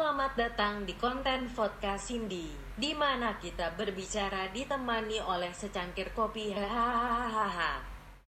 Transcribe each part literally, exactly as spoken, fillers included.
Selamat datang di konten podcast Cindy, di mana kita berbicara ditemani oleh secangkir kopi. Hahaha.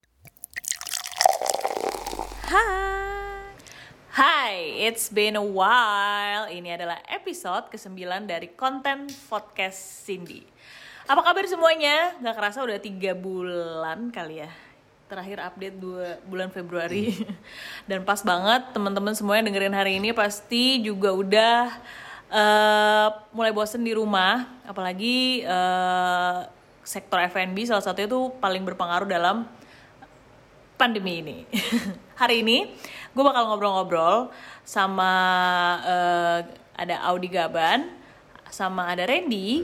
Hai, Hai, it's been a while. Ini adalah episode kesembilan dari konten podcast Cindy. Apa kabar semuanya? Gak kerasa udah tiga bulan kali ya. Terakhir update dua bulan Februari. Dan pas banget teman-teman semua yang dengerin hari ini pasti juga udah uh, mulai bosen di rumah. Apalagi uh, sektor F and B salah satunya tuh paling berpengaruh dalam pandemi ini. Hari ini gue bakal ngobrol-ngobrol sama uh, ada Audi Gaban, sama ada Randy.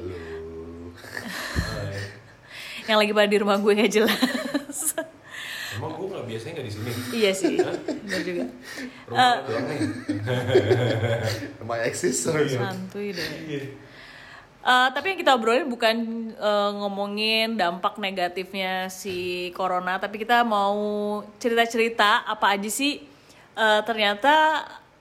Yang lagi pada di rumah gue nggak jelas. Emang gue nggak biasanya nggak di sini? Iya sih, benar juga. Rumah uh, doang nih. Rumah eksis. Santuy deh. Uh, tapi yang kita obrolin bukan uh, ngomongin dampak negatifnya si corona, tapi kita mau cerita-cerita apa aja sih uh, ternyata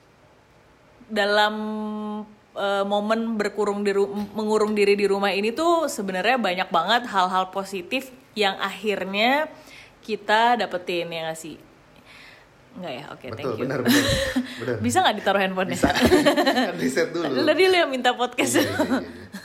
dalam uh, momen berkurung di ru- mengurung diri di rumah ini tuh sebenarnya banyak banget hal-hal positif yang akhirnya kita dapetin, ya nggak sih? Enggak ya, oke, okay, thank you. Benar, benar, benar. Bisa nggak ditaruh handphonenya? Bisa, kan riset dulu. Tadi lu yang minta podcast. Iya, iya, iya.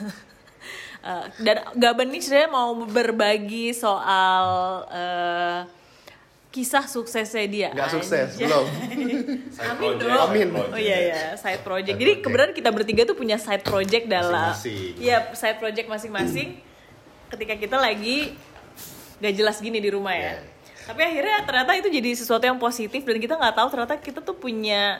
uh, dan Gaban nih sebenarnya mau berbagi soal uh, kisah suksesnya dia. Nggak sukses, belum. Amin dong. Amin. Oh iya ya, side project. Jadi kebetulan kita bertiga tuh punya side project dalam. Iya, side project masing-masing. Ketika kita lagi gak jelas gini di rumah ya. Yeah. Tapi akhirnya ternyata itu jadi sesuatu yang positif dan kita nggak tahu ternyata kita tuh punya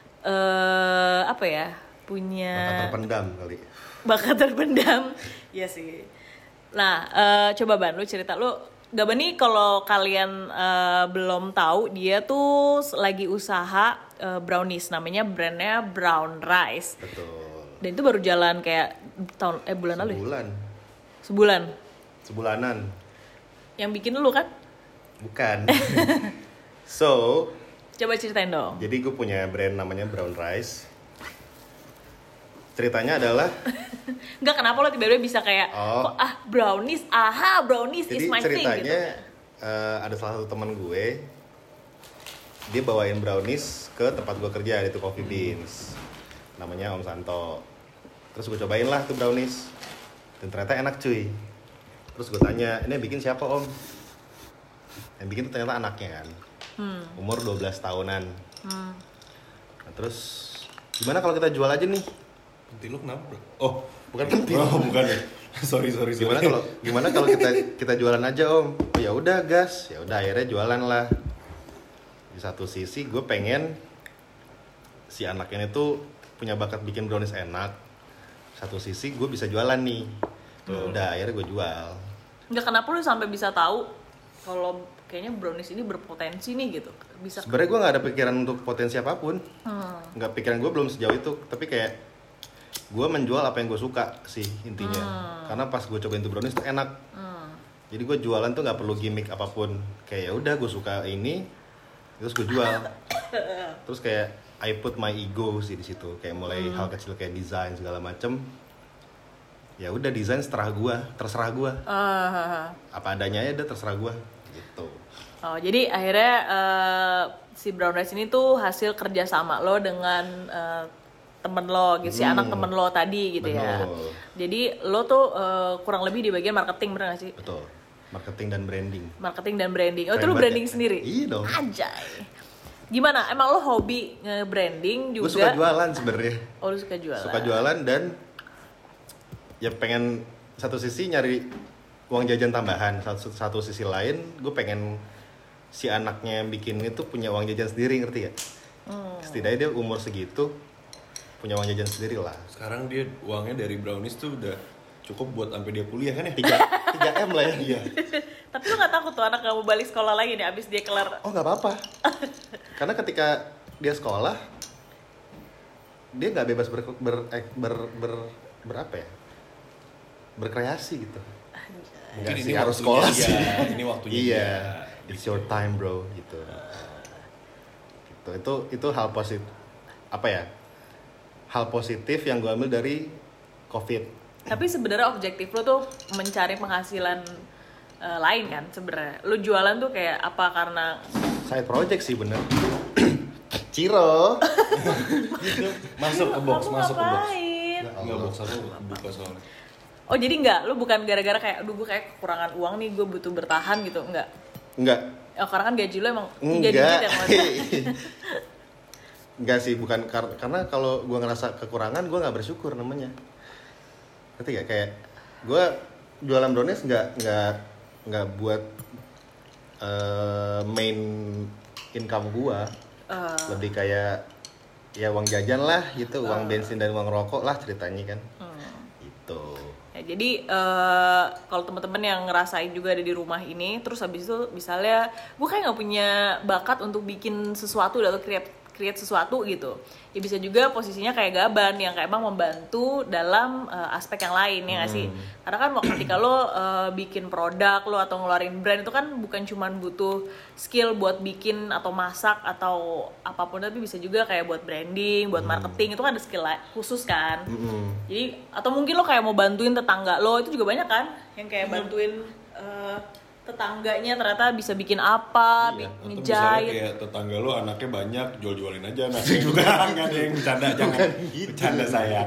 uh, apa ya? Punya bakat terpendam kali. Bakat terpendam. Iya sih. Nah, uh, coba Ban, lu cerita lu. Gaban nih kalau kalian uh, belum tahu, dia tuh lagi usaha uh, brownies, namanya brandnya Brown Rice. Betul. Dan itu baru jalan kayak tahun eh bulan lalu ya? Sebulan. Sebulan. Sebulanan. Yang bikin lu kan? Bukan. So, coba ceritain dong. Jadi gue punya brand namanya Brown Rice. Ceritanya adalah Enggak, kenapa lo tiba-tiba bisa kayak oh. kok ah brownies, aha brownies jadi is my thing gitu. Jadi ceritanya uh, ada salah satu teman gue, dia bawain brownies ke tempat gue kerja, itu Coffee Beans. Namanya Om Santo. Terus gue cobain lah tuh brownies. Dan ternyata enak cuy. Terus gue tanya, ini yang bikin siapa om? Yang bikin tuh ternyata anaknya kan, hmm. umur dua belas tahunan. hmm. Nah, terus gimana kalau kita jual aja nih? Pentil lu kenapa bro? Oh bukan pentil. Oh bukan ya. sorry sorry. Gimana kalau gimana kalau kita kita jualan aja om? Oh ya udah gas, ya udah akhirnya jualan lah. Di satu sisi gue pengen si anaknya itu punya bakat bikin brownies enak. Satu sisi gue bisa jualan nih. Hmm. Udah akhirnya gue jual. Nggak, kenapa lu sampai bisa tahu kalau kayaknya brownies ini berpotensi nih gitu? Bisa. Sebenarnya gue nggak ada pikiran untuk potensi apapun. Hmm. Nggak, pikiran gue belum sejauh itu. Tapi kayak gue menjual apa yang gue suka sih intinya. Hmm. Karena pas gue cobain tuh brownies tuh enak. Hmm. Jadi gue jualan tuh nggak perlu gimmick apapun. Kayak ya udah gue suka ini, terus gue jual. Terus kayak I put my ego sih di situ. Kayak mulai hmm. hal kecil kayak desain segala macem. Ya udah desain terserah gue, terserah gue. Uh, apa adanya ya udah terserah gue gitu. Oh, jadi akhirnya uh, si Brown Rice ini tuh hasil kerja sama lo dengan uh, temen lo gitu, hmm. si anak temen lo tadi gitu. Betul. Ya. Jadi lo tuh uh, kurang lebih di bagian marketing, bener gak sih? Betul. Marketing dan branding. Marketing dan branding. Oh, itu lo branding ya? Sendiri? Iya dong. Anjay. Gimana? Emang lo hobi nge-branding juga? Gue suka jualan sebenarnya. Oh, lo suka jualan. Suka jualan dan ya pengen satu sisi nyari uang jajan tambahan, satu, satu sisi lain gue pengen si anaknya yang bikin itu punya uang jajan sendiri, ngerti gak? Hmm. Setidaknya dia umur segitu punya uang jajan sendiri lah. Sekarang dia uangnya dari brownies tuh udah cukup buat sampai dia kuliah kan ya? tiga M lah ya. Iya. Tapi lu gak takut tuh anak gak mau balik sekolah lagi nih abis dia kelar? Oh gak apa-apa. Karena ketika dia sekolah dia gak bebas ber, ber, ber, ber, ber, ber apa ya? Berkreasi gitu. Mungkin Nggak ini sih, harus waktunya, sekolah iya, sih. Ini waktunya. Iya. Dia. It's your time bro gitu. Gitu. Itu itu hal positif apa ya? hal positif yang gue ambil dari COVID. Tapi sebenarnya objektif lo tuh mencari penghasilan uh, lain kan sebenarnya. Lo jualan tuh kayak apa karena side project sih bener. Ciro. Gitu. Masuk ke box, kamu masuk ke box. ngapain? Enggak, box aku buka soalnya. Oh jadi enggak, lo bukan gara-gara kayak aduh gue kayak kekurangan uang nih, gue butuh bertahan gitu, enggak? Enggak. Oh karena kan gaji lo emang tiga Enggak. digit ya maksudnya. Enggak sih, bukan kar- karena kalau gue ngerasa kekurangan, gue nggak bersyukur namanya. Ngerti gak? Kayak gue jualan brownies nggak nggak nggak buat uh, main income gue, Uh, lebih kayak ya uang jajan lah gitu, uang Uh. bensin dan uang rokok lah ceritanya kan. hmm. Itu. Ya, jadi uh, kalau teman-teman yang ngerasain juga ada di rumah ini, terus habis itu misalnya gue kayak nggak punya bakat untuk bikin sesuatu atau create create sesuatu gitu, ya bisa juga posisinya kayak Gaban yang kayak emang membantu dalam uh, aspek yang lain ya nggak sih? Karena kan ketika lo uh, bikin produk lo atau ngeluarin brand itu kan bukan cuman butuh skill buat bikin atau masak atau apapun, tapi bisa juga kayak buat branding, buat marketing, itu kan ada skill khusus kan. Mm-mm. Jadi atau mungkin lo kayak mau bantuin tetangga lo, itu juga banyak kan yang kayak bantuin uh, tetangganya ternyata bisa bikin apa, Iya. bi- Atau misalnya ngejahit. kayak tetangga lu anaknya banyak, jual-jualin aja anaknya juga. Nggak ada yang bercanda, jangan gitu. bercanda sayang.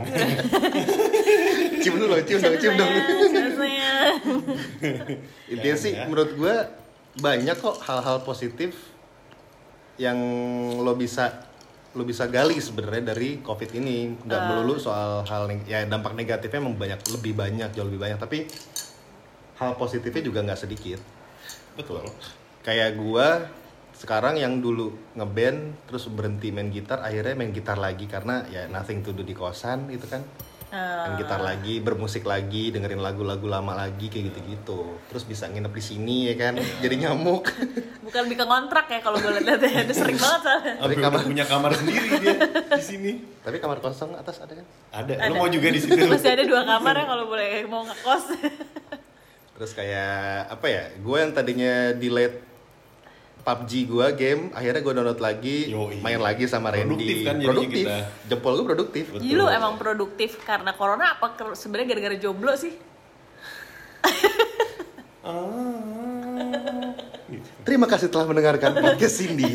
Cium dulu, cium dong, cium dong. Biasanya. Intinya sih Ya. menurut gue banyak kok hal-hal positif yang lo bisa lo bisa gali sebenarnya dari COVID ini. Nggak Uh. melulu soal hal neg- ya dampak negatifnya memang banyak, lebih banyak, jauh lebih banyak, tapi hal positifnya juga nggak sedikit. Betul. Kayak gua sekarang yang dulu ngeband terus berhenti main gitar, akhirnya main gitar lagi karena ya nothing to do di kosan gitu kan. Main gitar lagi, bermusik lagi, dengerin lagu-lagu lama lagi kayak gitu-gitu. Terus bisa nginep di sini ya kan, jadi nyamuk. Bukan bikin kontrak ya kalau gue lihat ya, itu sering banget soalnya. Tapi kamar- udah punya kamar sendiri dia di sini. Tapi kamar kosong atas ada kan? Ada. Ada. Lu mau juga di situ? Masih ada dua kamar ya kalau boleh mau ngekos. Terus kayak apa ya? Gue yang tadinya delete P U B G gue game, akhirnya gue download lagi, Yoi. main lagi sama Randy. Produktif kan jadinya produktif. kita. Jempol gue produktif. Betul. Jadi lu emang produktif karena corona apa ker- sebenarnya gara-gara jomblo sih? Terima kasih telah mendengarkan podcast Cindy.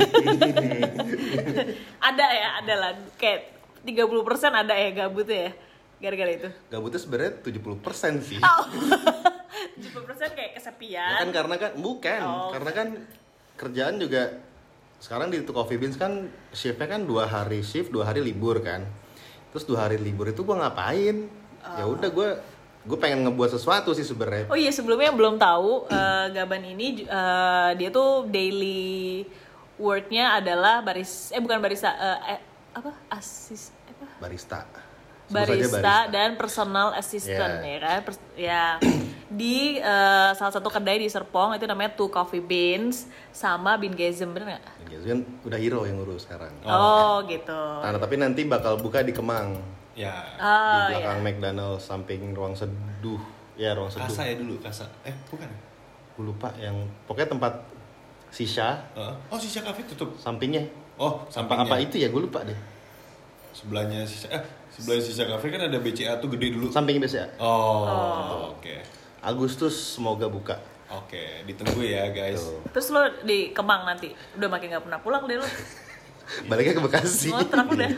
Ada ya, ada lah. Kayak tiga puluh persen ada ya gabutnya ya. Gara-gara itu. Gabutnya sebenarnya tujuh puluh persen sih. Oh. tujuh puluh persen kayak Ya kesepian. kan karena kan bukan, Oh. karena kan kerjaan juga sekarang di Coffee Beans kan shiftnya kan dua hari shift, dua hari libur kan. Terus dua hari libur itu gue ngapain? Ya udah gue gue pengen ngebuat sesuatu sih sebenarnya. Oh iya, sebelumnya yang belum tahu, eh, Gaban ini eh, dia tuh daily worknya adalah baris eh bukan barista eh, eh, apa asis apa Barista. Sebut saja barista, dan personal assistant Yeah. ya kan. Pers- ya di eh, salah satu kedai di Serpong itu namanya Two Coffee Beans sama Bingasm, bener nggak? Gitu kan udah Hero yang ngurus sekarang. Oh, gitu. Nah, tapi nanti bakal buka di Kemang, Ya. Oh di ya. belakang McDonald's samping ruang seduh. Ya, ruang seduh. Kasa ya dulu, kasa. Eh, bukan. Gue lupa yang pokoknya tempat sisa Heeh. Oh, Sisa Cafe tutup. sampingnya. Oh, Apa sampingnya. apa itu ya, gue lupa deh. Sebelahnya Sisa eh sebelah Sisa Cafe kan ada B C A tuh gede dulu. Sampingnya biasa. Oh, oke. Agustus semoga buka. Oke, ditunggu ya, guys. Tuh. Terus lo di Kemang nanti udah makin nggak pernah pulang deh lo. Baliknya ke Bekasi. Ngontrak udah.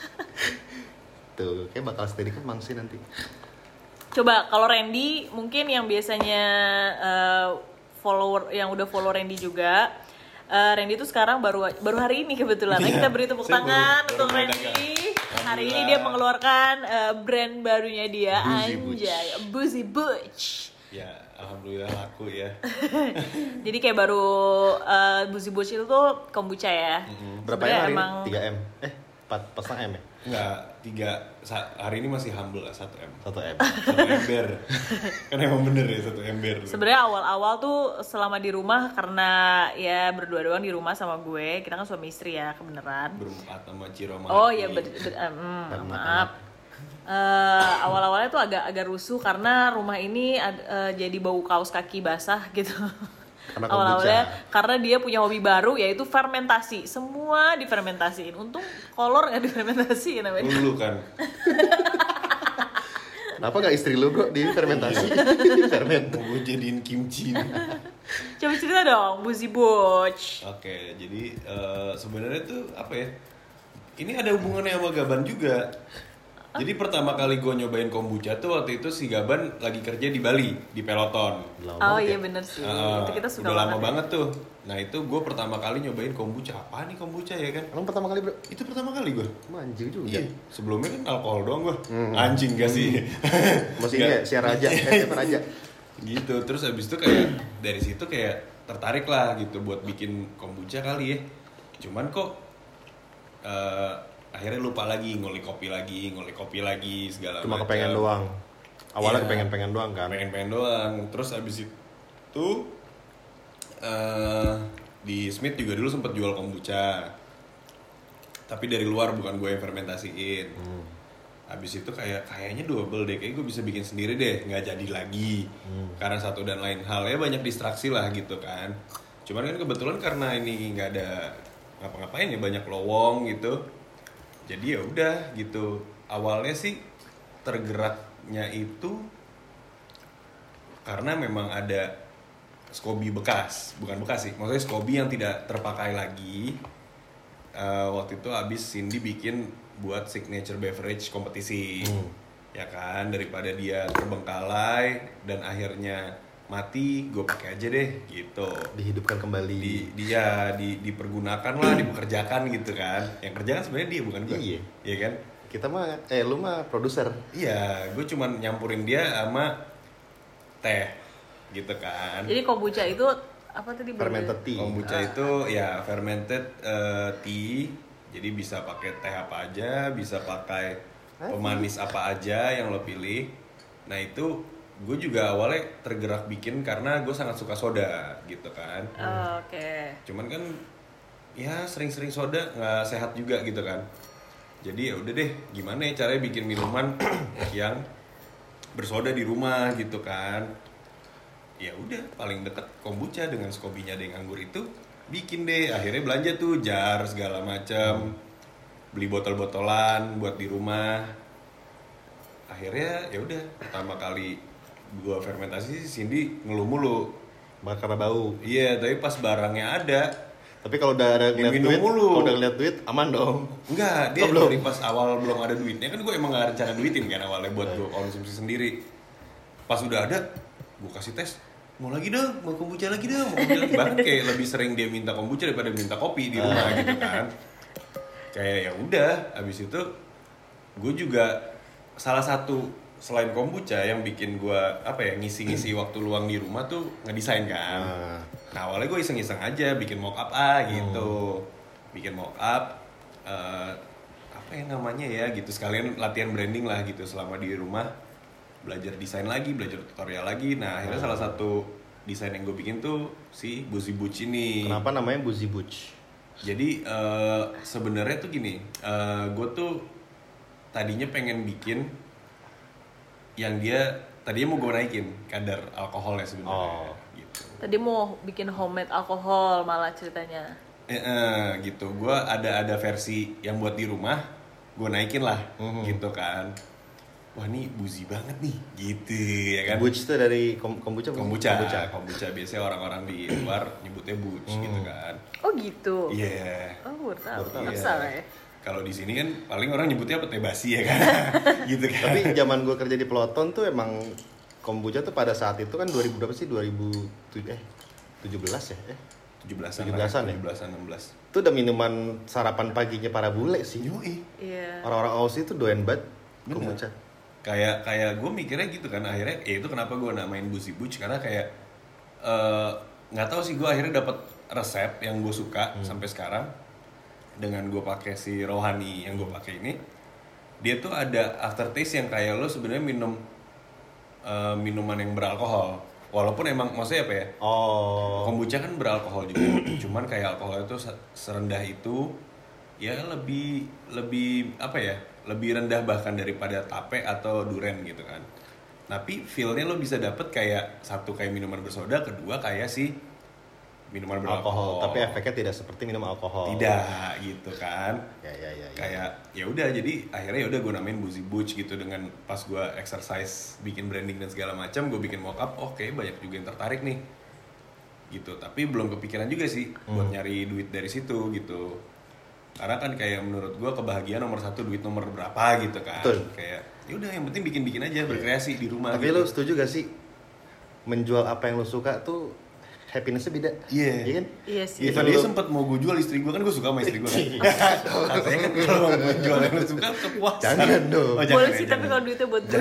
Tuh, kayak bakal stay di Kemang sih nanti. Coba kalau Randy mungkin yang biasanya eh, follower yang udah follow Randy juga, eh, Randy tuh sekarang baru baru hari ini kebetulan. Nah, Iya, kita beri tepuk saya baru- tangan baru untuk mengadakan. Randy. Hari ini Alhamdulillah. dia mengeluarkan eh, brand barunya dia, Boozy Butch. anjay, Boozy Butch. Ya, alhamdulillah laku ya. Jadi kayak baru uh, Boozy Butch itu tuh kombucha ya. Berapa Sebenarnya M hari emang ini? tiga M. Eh, empat pasang M ya? Enggak, tiga sa- hari ini masih humble lah, satu M. satu M. Satu ember. Kan emang bener ya, satu ember. sebenarnya awal-awal tuh selama di rumah karena ya berdua doang di rumah sama gue, kita kan suami istri ya kebenaran. Berempat sama Ciro sama Oh Haki. iya ber, ber- em, hmm, Dan maaf. Eh, awal-awalnya tuh agak agak rusuh karena rumah ini ad- eh, jadi bau kaos kaki basah gitu. Karena Awal-awalnya kombucha. karena dia punya hobi baru yaitu fermentasi. Semua difermentasiin. Untung kolor nggak difermentasiin namanya. Lu kan. Kenapa nggak istri lu kok di fermentasi? Ferment. Mau gue jadiin kimchi. Coba cerita dong, Buzi Butch. Oke, jadi eh, sebenarnya tuh apa ya? Ini ada hubungannya sama Gaban juga. Jadi pertama kali gue nyobain kombucha tuh waktu itu si Gaban lagi kerja di Bali, di Peloton. Oh iya bener sih, Uh, itu kita suka udah lama banget. banget tuh. Nah itu gue pertama kali nyobain kombucha. Apa nih kombucha ya kan? Emang pertama kali bro? Itu pertama kali gue. Anjing juga. Iya, sebelumnya kan alkohol doang gue. Hmm. Anjing gak sih? Masih Nggak. ini ya, siar aja, eh, siar aja. Gitu, terus habis itu kayak dari situ kayak tertarik lah gitu buat bikin kombucha kali ya. Cuman kok eh, akhirnya lupa lagi, ngulik kopi lagi, ngulik kopi lagi segala Cuma macam. kepengen doang. Awalnya Iya. kepengen-pengen doang kan. Pengen-pengen doang. Terus habis itu eh di Smith juga dulu sempet jual kombucha. Tapi dari luar bukan gue yang fermentasiin. Hmm. Habis itu kayak kayaknya double deh, kayak gue bisa bikin sendiri deh, nggak jadi lagi. Hmm. Karena satu dan lain halnya banyak distraksi lah gitu kan. Cuman kan kebetulan karena ini nggak ada ngapa-ngapain ya, banyak lowong gitu. Jadi ya udah gitu. Awalnya sih tergeraknya itu karena memang ada Scoby bekas, bukan bekas sih, maksudnya Scoby yang tidak terpakai lagi. Uh, waktu itu abis Cindy bikin buat signature beverage kompetisi, Hmm. ya kan, daripada dia terbengkalai dan akhirnya mati, gue pakai aja deh gitu. Dihidupkan kembali. Di dia di dipergunakan lah, dipekerjakan gitu kan. Yang kerja kan sebenarnya dia bukan gue. Iya. Iya kan? Kita mah, eh lu mah produser. Iya, gue cuman nyampurin dia sama teh gitu kan. Jadi kombucha itu apa tadi? Fermented tea. Kombucha itu ya fermented eh, tea. Jadi bisa pakai teh apa aja, bisa pakai pemanis apa aja yang lo pilih. Nah itu gue juga awalnya tergerak bikin karena gue sangat suka soda gitu kan. Oh, Oke. Cuman kan ya sering-sering soda nggak sehat juga gitu kan. Jadi ya udah deh, gimana ya caranya bikin minuman yang bersoda di rumah gitu kan. Ya udah, paling deket kombucha dengan Scoby-nya ada yang anggur itu bikin deh. Akhirnya belanja tuh jar segala macam, beli botol-botolan buat di rumah. Akhirnya ya udah, pertama kali gua fermentasi Cindy ngeluh mulu. Bakar bau. Iya, tapi pas barangnya ada, Tapi kalau udah ada ngeliat minum duit, mulu. kalau udah ngeliat duit aman dong. enggak, dia Oh, belum? dari pas awal belum ada duitnya kan gue emang gak rencana duitin kan awalnya buat gue konsumsi sendiri. Pas udah ada, gue kasih tes, mau lagi dong, mau kombucha lagi dong, mau kombucha lagi. Bahkan kayak lebih sering dia minta kombucha daripada minta kopi di rumah gitu kan. Kayak ya udah, abis itu gue juga salah satu selain kombucha yang bikin gue apa ya ngisi-ngisi waktu luang di rumah tuh ngedesain kan. Nah, Nah awalnya gue iseng-iseng aja bikin mock up ah gitu, bikin mock up uh, apa ya namanya ya gitu, sekalian latihan branding lah gitu selama di rumah, belajar desain lagi, belajar tutorial lagi. Nah akhirnya salah satu desain yang gue bikin tuh si Buzi Butch ini. kenapa namanya Buzi Butch? Jadi uh, sebenarnya tuh gini, uh, gue tuh tadinya pengen bikin yang dia tadinya mau gue naikin kadar alkoholnya sebenarnya. Oh. Gitu. Tadi mau bikin homemade alkohol malah ceritanya. Eh, eh, gitu, gue ada ada versi yang buat di rumah, gue naikin lah, Mhm. gitu kan. Wah ini buzi banget nih, gitu ya kan. Butch itu dari kom kombucha. bukan? Kombucha, kombucha biasanya orang-orang di luar nyebutnya butch Hmm. gitu kan. Oh gitu. Iya. Oh baru tahu. Baru tahu. Nggak Iya. salah ya. Kalau di sini kan paling orang nyebutnya apa teh basi ya kan, gitu kan. Tapi zaman gue kerja di Peloton tuh emang kombucha tuh pada saat itu kan dua ribu berapa sih? dua ribu tujuh eh tujuh belas ya? Eh, tujuh belasan, tujuh belasan ya? tujuh belasan, enam belas. itu udah minuman sarapan paginya para bule sih. Yoi. Iya. Orang-orang Aussie tuh doyan banget Bener. kombucha. Kayak kayak gue mikirnya gitu kan, akhirnya ya itu kenapa gue namain Buzi Butch karena kayak eh, nggak tahu sih gue akhirnya dapat resep yang gue suka sampai sekarang dengan gue pakai si rohani yang gue pakai ini. Dia tuh ada aftertaste yang kayak lo sebenarnya minum eh, minuman yang beralkohol, walaupun emang maksudnya apa ya, Oh. kombucha kan beralkohol juga, cuman kayak alkoholnya tuh se- serendah itu, ya lebih lebih apa ya, lebih rendah bahkan daripada tape atau duren gitu kan. Tapi feel-nya lo bisa dapet kayak satu kayak minuman bersoda, kedua kayak si minuman alkohol, beralkohol. tapi efeknya tidak seperti minum alkohol. Tidak gitu kan. Ya ya ya. ya. Kayak ya udah jadi akhirnya ya udah gue namain Boozy Butch gitu dengan pas gue exercise bikin branding dan segala macam, gue bikin mock-up, oke okay, banyak juga yang tertarik nih. Gitu, tapi belum kepikiran juga sih hmm. buat nyari duit dari situ gitu. Karena kan kayak menurut gue kebahagiaan nomor satu, duit nomor berapa gitu kan. Betul. Kayak ya udah yang penting bikin-bikin aja, berkreasi di rumah. Tapi gitu. lu setuju gak sih menjual apa yang lu suka tuh happiness-nya beda? Iya. Yeah. Iya kan? Iya sih. Iya, dia sempat mau gue jual istri gue, kan gue suka sama istri gue kan. Katanya kan kalau mau gue jual yang lu suka kepuasan. Jangan dong. Oh, boleh sih, tapi kalau duitnya buat gue.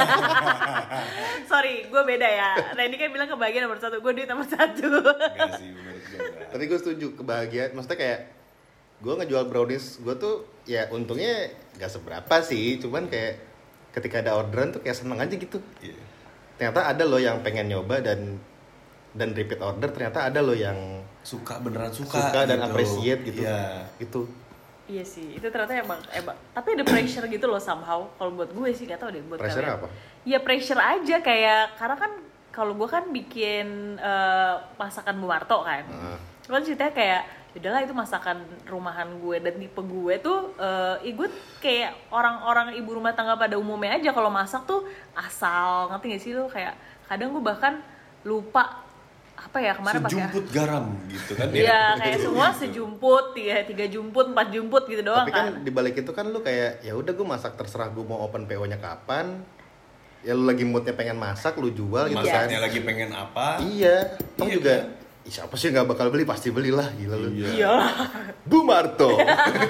Sorry, gue beda ya. Randy kan bilang kebahagiaan nomor satu, gue duit nomor satu. Enggak sih, menurut gue. Tapi gue setuju kebahagiaan. Maksudnya kayak gue ngejual brownies, gue tuh ya untungnya gak seberapa sih. Cuman kayak ketika ada orderan tuh kayak seneng aja gitu. Iya. Ternyata ada loh yang pengen nyoba dan dan repeat order, ternyata ada loh yang suka beneran suka, suka dan gitu. appreciate gitu. Iya. Gitu. Iya sih, itu ternyata emang, emang tapi ada pressure gitu loh somehow. Kalau buat gue sih gak tau deh buat Pressure kalian. apa? Ya pressure aja kayak, karena kan kalau gue kan bikin uh, masakan Bu Marto kan. Uh. Kan ceritanya kayak udahlah itu masakan rumahan gue dan tipe gue tuh uh, ya gue kayak orang-orang ibu rumah tangga pada umumnya aja kalau masak tuh asal, ngerti gak sih lo, kayak kadang gue bahkan lupa apa ya kemarin pakai sejumput garam gitu kan. Iya, kayak semua sejumput, tiga, tiga jumput, empat jumput gitu doang. Tapi kan, kan dibalik itu kan lu kayak ya udah gue masak terserah gue mau open P O-nya kapan. Ya lu lagi moodnya pengen masak, lu jual gitu kan. Masaknya lagi pengen apa? Iya. Kamu iya, juga kan? Ih, siapa sih nggak bakal beli, pasti belilah, gila lu. Iya. Bu Marto.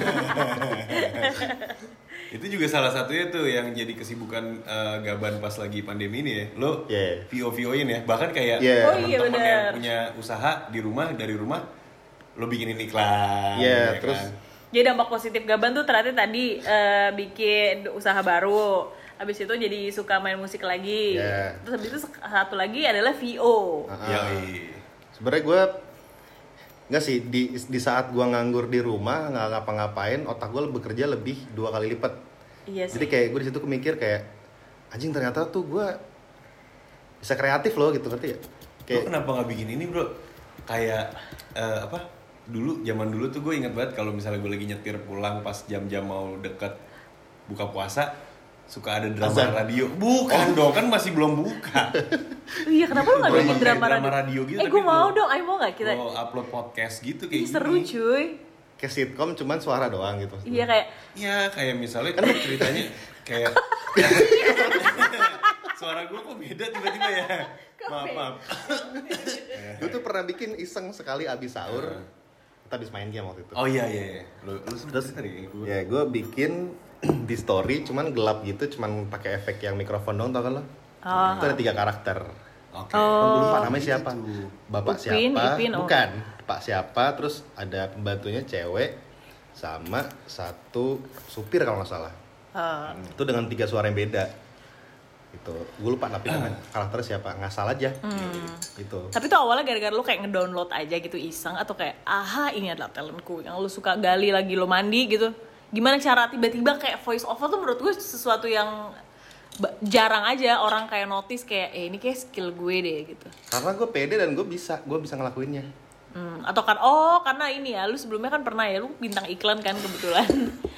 Itu juga salah satunya tuh yang jadi kesibukan uh, Gaban pas lagi pandemi ini ya. Lo yeah. V O V O-in ya. Bahkan kayak yeah. oh, iya, teman-teman yang punya usaha di rumah, dari rumah lo bikinin iklan. Iya, yeah, ya terus kan? Jadi dampak positif Gaban tuh ternyata tadi uh, bikin usaha baru. Habis itu jadi suka main musik lagi. Yeah. Terus habis itu satu lagi adalah V O. Uh-huh. Ya, sebenarnya gue nggak sih di di saat gue nganggur di rumah nggak ngapa-ngapain, otak gue bekerja lebih dua kali lipat. Iya sih. Jadi kayak gue di situ kemikir kayak anjing ternyata tuh gue bisa kreatif loh gitu, ngerti ya? Kayak, lo kenapa nggak bikin ini bro? Kayak uh, apa? Dulu zaman dulu tuh gue inget banget kalau misalnya gue lagi nyetir pulang pas jam-jam mau deket buka puasa, suka ada drama Azan. radio. Bukan oh. dong, kan masih belum buka. Iya, kenapa lu gak bikin drama, drama radio? radio gitu, eh, gue mau dong, ayo mau gak kita? Mau upload podcast gitu kayak gini. Seru cuy. Kayak sitcom cuman suara doang gitu. Iya kayak. Iya kayak misalnya kan ceritanya kayak. Suara gue kok beda tiba-tiba ya. Maaf maaf. Gue tuh pernah bikin iseng sekali abis sahur. Uh. Kita abis main game waktu itu. Oh iya iya. iya. Lu lu terus tadi gue. Ya gue bikin di story cuman gelap gitu, cuman pakai efek yang mikrofon dong, tau kan lo? Oh. Itu ada tiga karakter. Oke. Okay. Oh. Lupa namanya siapa? Bapak Upin, siapa? Ipin, oh. Bukan. Pak siapa? Terus ada pembantunya cewek sama satu supir kalau nggak salah. Uh. Itu dengan tiga suara yang beda. Gitu. Gue lupa tapi namanya karakter siapa, nggak salah aja. Hmm. Gitu. Tapi tuh awalnya gara-gara lu kayak ngedownload aja gitu iseng atau kayak aha ini adalah talentku yang lu suka gali lagi lo mandi gitu. Gimana cara tiba-tiba kayak voice over tuh menurut gue sesuatu yang jarang aja orang kayak notice kayak eh ini kayak skill gue deh gitu. Karena gue pede dan gue bisa, gue bisa ngelakuinnya. Hmm, atau kan oh karena ini ya lu sebelumnya kan pernah ya lu bintang iklan kan kebetulan.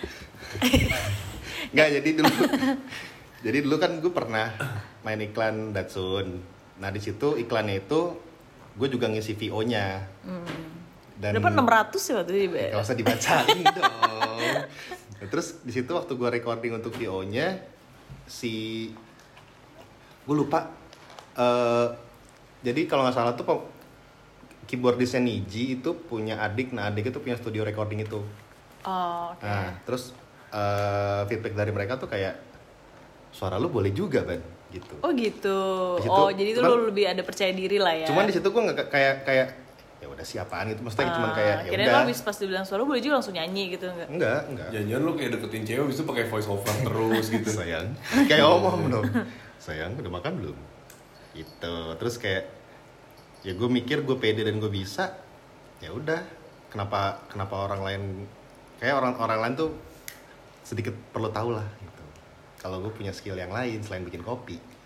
Nggak, jadi dulu jadi dulu kan gue pernah main iklan Datsun. Nah di situ iklannya itu gue juga ngisi V O-nya. Hmm. Dan dapat enam ratus ya waktu itu. Gak usah dibacain dong. Nah, terus di situ waktu gue recording untuk V O-nya si gue lupa. Uh, jadi kalau nggak salah tuh keyboardisnya Niji itu punya adik. Nah adik itu punya studio recording itu. Oh, oke. Okay. Nah terus uh, feedback dari mereka tuh kayak suara lu boleh juga Ban gitu. Oh gitu. Situ, oh jadi itu lu lebih ada percaya diri lah ya. Cuman di situ gue nggak kayak kayak ya udah siapaan gitu, maksudnya uh, cuman kayak ya udah. Kirain lo habis pas dibilang suara boleh juga langsung nyanyi gitu enggak? Enggak, enggak. Jangan-jangan lu kayak deketin cewek habis itu pakai voice over terus gitu. Sayang. Kayak omong dong. Sayang, udah makan belum? Gitu. Terus kayak ya gue mikir gue pede dan gue bisa. Ya udah. Kenapa kenapa orang lain kayak orang-orang lain tuh sedikit perlu tahu lah gitu. Kalau gue punya skill yang lain selain bikin kopi.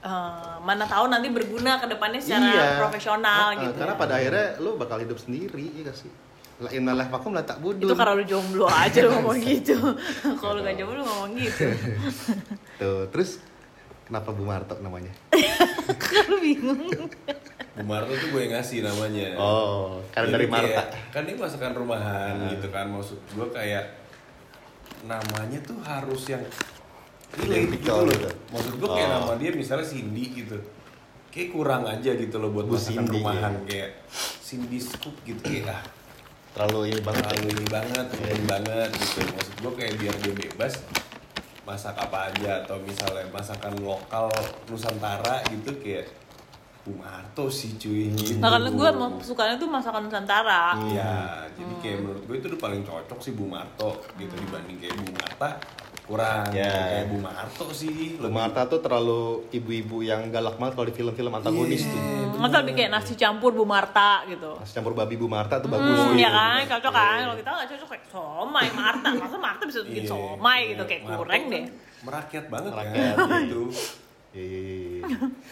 Uh, mana tahu nanti berguna ke depannya secara iya. profesional uh, uh, gitu. Karena pada akhirnya lu bakal hidup sendiri, ya gak sih? La inna lah vakum la tak budun. Itu karena lu jomblo aja lu ngomong gitu. Kalau lu gak jomblo lu ngomong gitu. Tuh, terus kenapa Bu Marto namanya? Lu bingung. Bu Marto tuh gue yang ngasih namanya. Oh, karena Jadi dari Marta. kayak, kan ini masakan rumahan uh. gitu kan. Maksud gue kayak namanya tuh harus yang relate gitu loh. Gitu. Maksud gue kayak oh. nama dia misalnya Cindy gitu. Kayak kurang aja gitu loh buat Bu masakan Cindy, rumahan ya. Kayak Cindy Scoop gitu kayak ah terlalu ini banget, terlalu ini banget, yeah. banget gitu. Maksud gue kayak biar dia bebas masak apa aja atau misalnya masakan lokal Nusantara gitu kayak Bu Marto sih cuy. Gitu. Nah kalau gue sukanya tuh masakan Nusantara. Iya, hmm. jadi kayak menurut gue itu udah paling cocok sih Bu Marto gitu hmm. dibanding kayak Bu Marta. Kurang yeah. kayak Bu Marto sih. Bu Marta tuh terlalu ibu-ibu yang galak banget kalau di film-film antagonis yeah, tuh. Masa lebih kayak nasi campur Bu Marta gitu. Nasi campur babi Bu Marta tuh hmm, bagus. Iya kan, cocok kan. Kalau kita nggak cocok kayak somai Marta. Masa Marta bisa bikin somai yeah, gitu kayak Marta kurang kan deh. Merakyat banget merakyat kan gitu. Iya.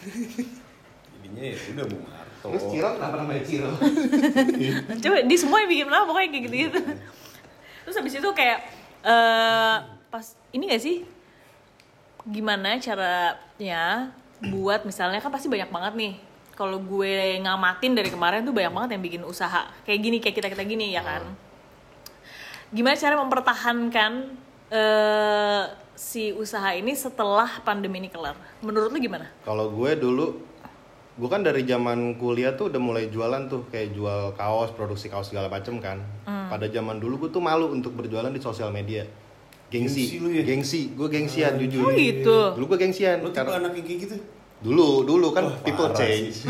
Jadinya ya udah Bu Marto. Terus Ciro kenapa namanya Ciro? Coba di semua yang bikin apa pokoknya kayak gitu-gitu. Terus habis itu kayak uh, pas ini gak sih gimana caranya buat misalnya kan pasti banyak banget nih kalau gue ngamatin dari kemarin tuh banyak banget yang bikin usaha kayak gini kayak kita kita gini ya kan. Gimana cara mempertahankan uh, si usaha ini setelah pandemi ini kelar? Menurut lu gimana? Kalau gue dulu gue kan dari zaman kuliah tuh udah mulai jualan tuh kayak jual kaos, produksi kaos segala macem kan. Hmm. Pada zaman dulu gue tuh malu untuk berjualan di sosial media. Gengsi, gengsi, ya? Gengsi, gue gengsian uh, jujur. Oh gitu. Dulu gue gengsian. Lo tipe karena... anak yang kayak gitu? Dulu, dulu kan oh, people change.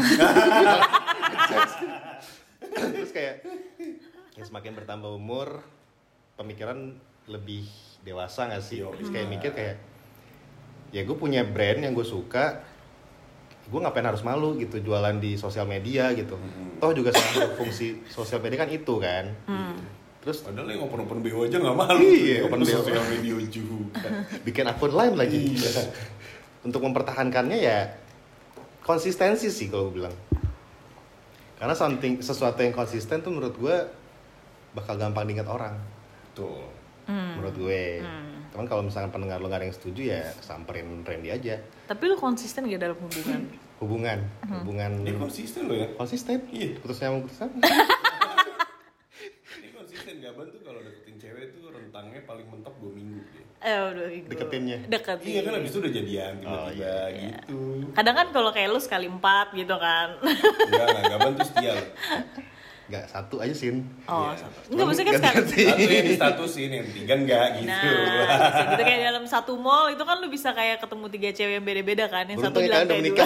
Terus kayak ya semakin bertambah umur, pemikiran lebih dewasa nggak sih? Terus kayak mikir kayak, ya gue punya brand yang gue suka, gue ngapain harus malu gitu jualan di sosial media gitu. Hmm. Toh juga salah fungsi sosial media kan itu kan. Hmm. Terus padahal yang open-open B O aja gak malu. Iya, open B O sosial media juga. Bikin akun lain lagi. Iya. Untuk mempertahankannya ya konsistensi sih kalau gue bilang. Karena something, sesuatu yang konsisten tuh menurut gue bakal gampang diingat orang. Betul. Hmm. Menurut gue. Hmm. Cuman kalau misalkan pendengar lo gak ada yang setuju ya samperin Randy aja. Tapi lo konsisten gak dalam hubungan? hubungan, hmm. hubungan. Dia konsisten lo ya? Konsisten? Iya. Putusnya mau putusan. Gaban tuh kalau deketin cewek tuh rentangnya paling mentok dua minggu deh. Eh, dua minggu. Deketinnya. Deketin. Iya kan abis itu udah jadian tiba-tiba oh, iya, iya. gitu. Kadang kan kalau kayak lu sekali empat gitu kan. Enggak, enggak Gaban tuh setia loh. Enggak, satu aja Sin. Oh, yeah. satu. Enggak maksudnya kan sekali. Satu yang di statusin, yang tiga enggak gitu. Nah, gitu kayak dalam satu mall itu kan lu bisa kayak ketemu tiga cewek yang beda-beda kan. Yang Beruntung satu bilang kayak dua.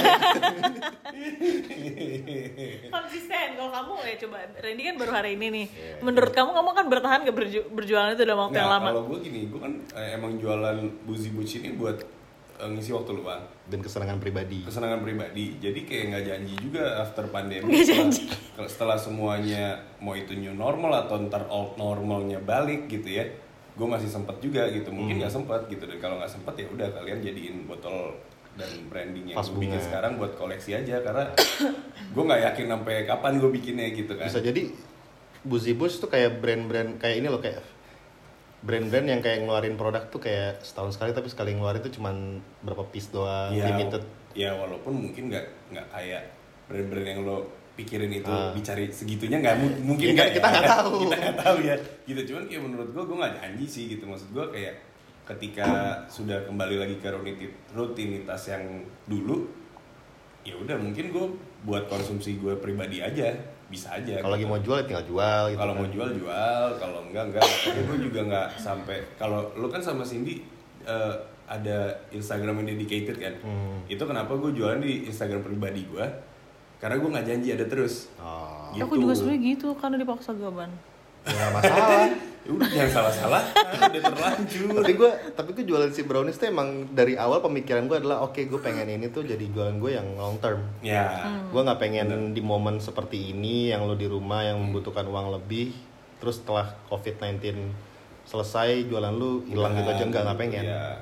Konsisten. Kalau kamu ya coba, Randy kan baru hari ini nih. Yeah. Menurut kamu, kamu kan bertahan gak berju- berjualan itu dalam waktu nah, yang lama? Kalau gue gini, gue kan eh, emang jualan Buzi Buci ini buat eh, ngisi waktu luang. Dan kesenangan pribadi. Kesenangan pribadi. Jadi kayak nggak janji juga after pandemi. Nggak janji. Setelah, setelah semuanya mau itu new normal atau ntar old normalnya balik gitu ya. Gue masih sempet juga gitu. Mungkin nggak hmm. sempet gitu. Dan kalau nggak sempet ya udah kalian jadiin botol dan branding yang gue bikin sekarang buat koleksi aja. Karena gue nggak yakin sampai kapan gue bikinnya gitu kan. Bisa jadi Buzi Bush tuh kayak brand-brand kayak ini loh, kayak brand-brand yang kayak ngeluarin produk tuh kayak setahun sekali, tapi sekali ngeluarin tuh cuman berapa piece doang, ya, limited. Ya walaupun mungkin nggak nggak kayak brand-brand yang lo pikirin itu uh. dicari segitunya nggak mungkin ya, nggak kita nggak ya. tahu kita nggak tahu ya gitu. Cuman kayak menurut gue gue nggak janji sih gitu. Maksud gue kayak ketika sudah kembali lagi ke rutinitas yang dulu, ya udah mungkin gue buat konsumsi gue pribadi aja bisa aja. Kalau gitu. lagi mau jual tinggal jual gitu. Kalau kan. mau jual jual, kalau enggak enggak. Tapi gue juga enggak sampai, kalau lu kan sama Cindy uh, ada Instagram yang dedicated kan. Hmm. Itu kenapa gue jualan di Instagram pribadi gue? Karena gue nggak janji ada terus. Oh. Gitu. Aku juga sebenarnya gitu karena dipaksa Gaban. Ya nggak masalah. Udah jangan salah-salah, udah terlanjur. Tapi gue, tapi gue jualan si brownies tuh emang dari awal pemikiran gue adalah oke okay, gue pengen ini tuh jadi jualan gue yang long term. Ya. Hmm. Gue nggak pengen bener. Di momen seperti ini yang lo di rumah yang membutuhkan uang lebih, terus setelah covid sembilan belas selesai jualan lu hilang gitu aja, enggak nggak pengen. Ya.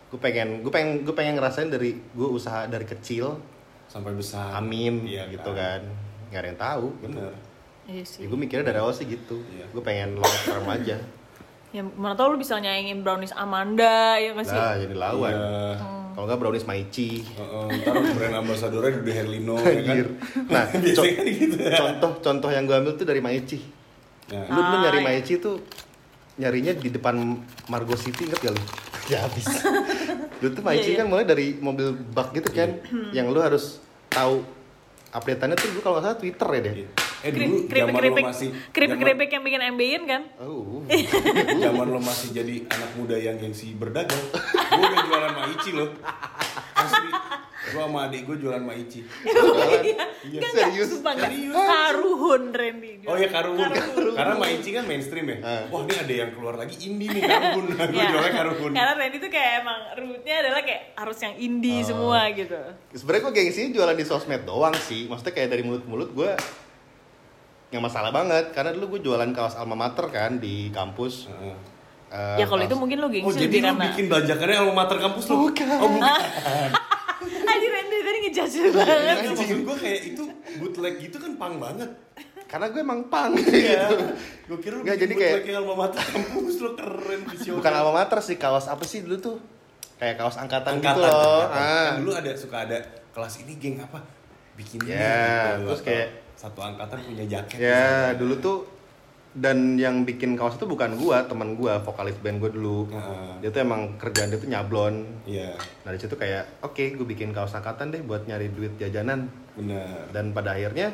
gue pengen gue pengen gue pengen ngerasain dari gue usaha dari kecil sampai besar. amin Iya, gitu kan. kan nggak ada yang tahu gitu. Bener. Iya sih. Ya, gue mikirnya dari awal sih gitu. Iya. Gue pengen long term aja. Ya mana tau lu bisa nyaingin brownies Amanda ya nggak sih? Lah jadi lawan. Iya. Kalau nggak brownies Maichi. Heeh, ntar brand ambassadornya Dude Herlino ya kan. Anjir. Nah, Biasanya co- kan gitu ya. contoh contoh yang gue ambil tuh dari Maichi. Nah, Lu dulu Ah, nyari iya. Maichi tuh nyarinya di depan Margo City, inget gak lu? Ya habis. Dulu tuh Maichi Iya, iya. kan mulai dari mobil bak gitu kan, yang lu harus tahu update-annya tuh dulu kalau nggak salah Twitter ya deh. eh dulu Keripik zaman lo keripik masih keripik zaman- keripik yang bikin ambeien kan? Oh. zaman lo masih jadi anak muda yang gengsi berdagang, gue udah jualan Maichi loh. Asli, gue sama adik gue jualan Maichi. Iya. Iya, Enggak, serius? sumpah enggak. Serius? Karuhun Randy. Oh ya Karuhun, Karuhun. karena Maichi kan mainstream ya. Ah. Wah ini ada yang keluar lagi indie nih Karuhun, gue Ya. jualnya Karuhun. Karena Randy tuh kayak emang rootnya adalah kayak harus yang indie semua gitu. Sebenarnya gue gengsinya jualan di sosmed doang sih. Maksudnya kayak dari mulut-mulut gue nggak masalah banget. Karena dulu gue jualan kaos alma mater kan di kampus. Heeh. Eh, Ya kalau kaos- itu mungkin lu Oh gengsi jadi lebih lo karena bikin bajakannya alma mater kampus lo? Bukan. Oh bukan. Aji Randy tadi ngejudge banget. Enggak, maksud gue kayak itu bootleg gitu kan pang banget. karena gue emang punk Iya. gitu. Gue kira lu Nggak, bikin jadi kayak- bootleg yang alma mater kampus lo keren visioner. Bukan alma mater sih, kaos apa sih dulu tuh? Kayak kaos angkatan, Angkatan, gitu loh. angkatan. Ah. Kan dulu ada suka ada kelas ini geng apa bikin ini Ya, gitu. terus Atau kayak- satu angkatan punya jaket. Ya misalnya. dulu tuh, dan yang bikin kaos itu bukan gua, teman gua, vokalis band gua dulu. Heeh. Dia tuh emang kerjaan dia tuh nyablon. Iya, Nah di situ kayak, oke, gue bikin kaos angkatan deh buat nyari duit jajanan. benar. Dan pada akhirnya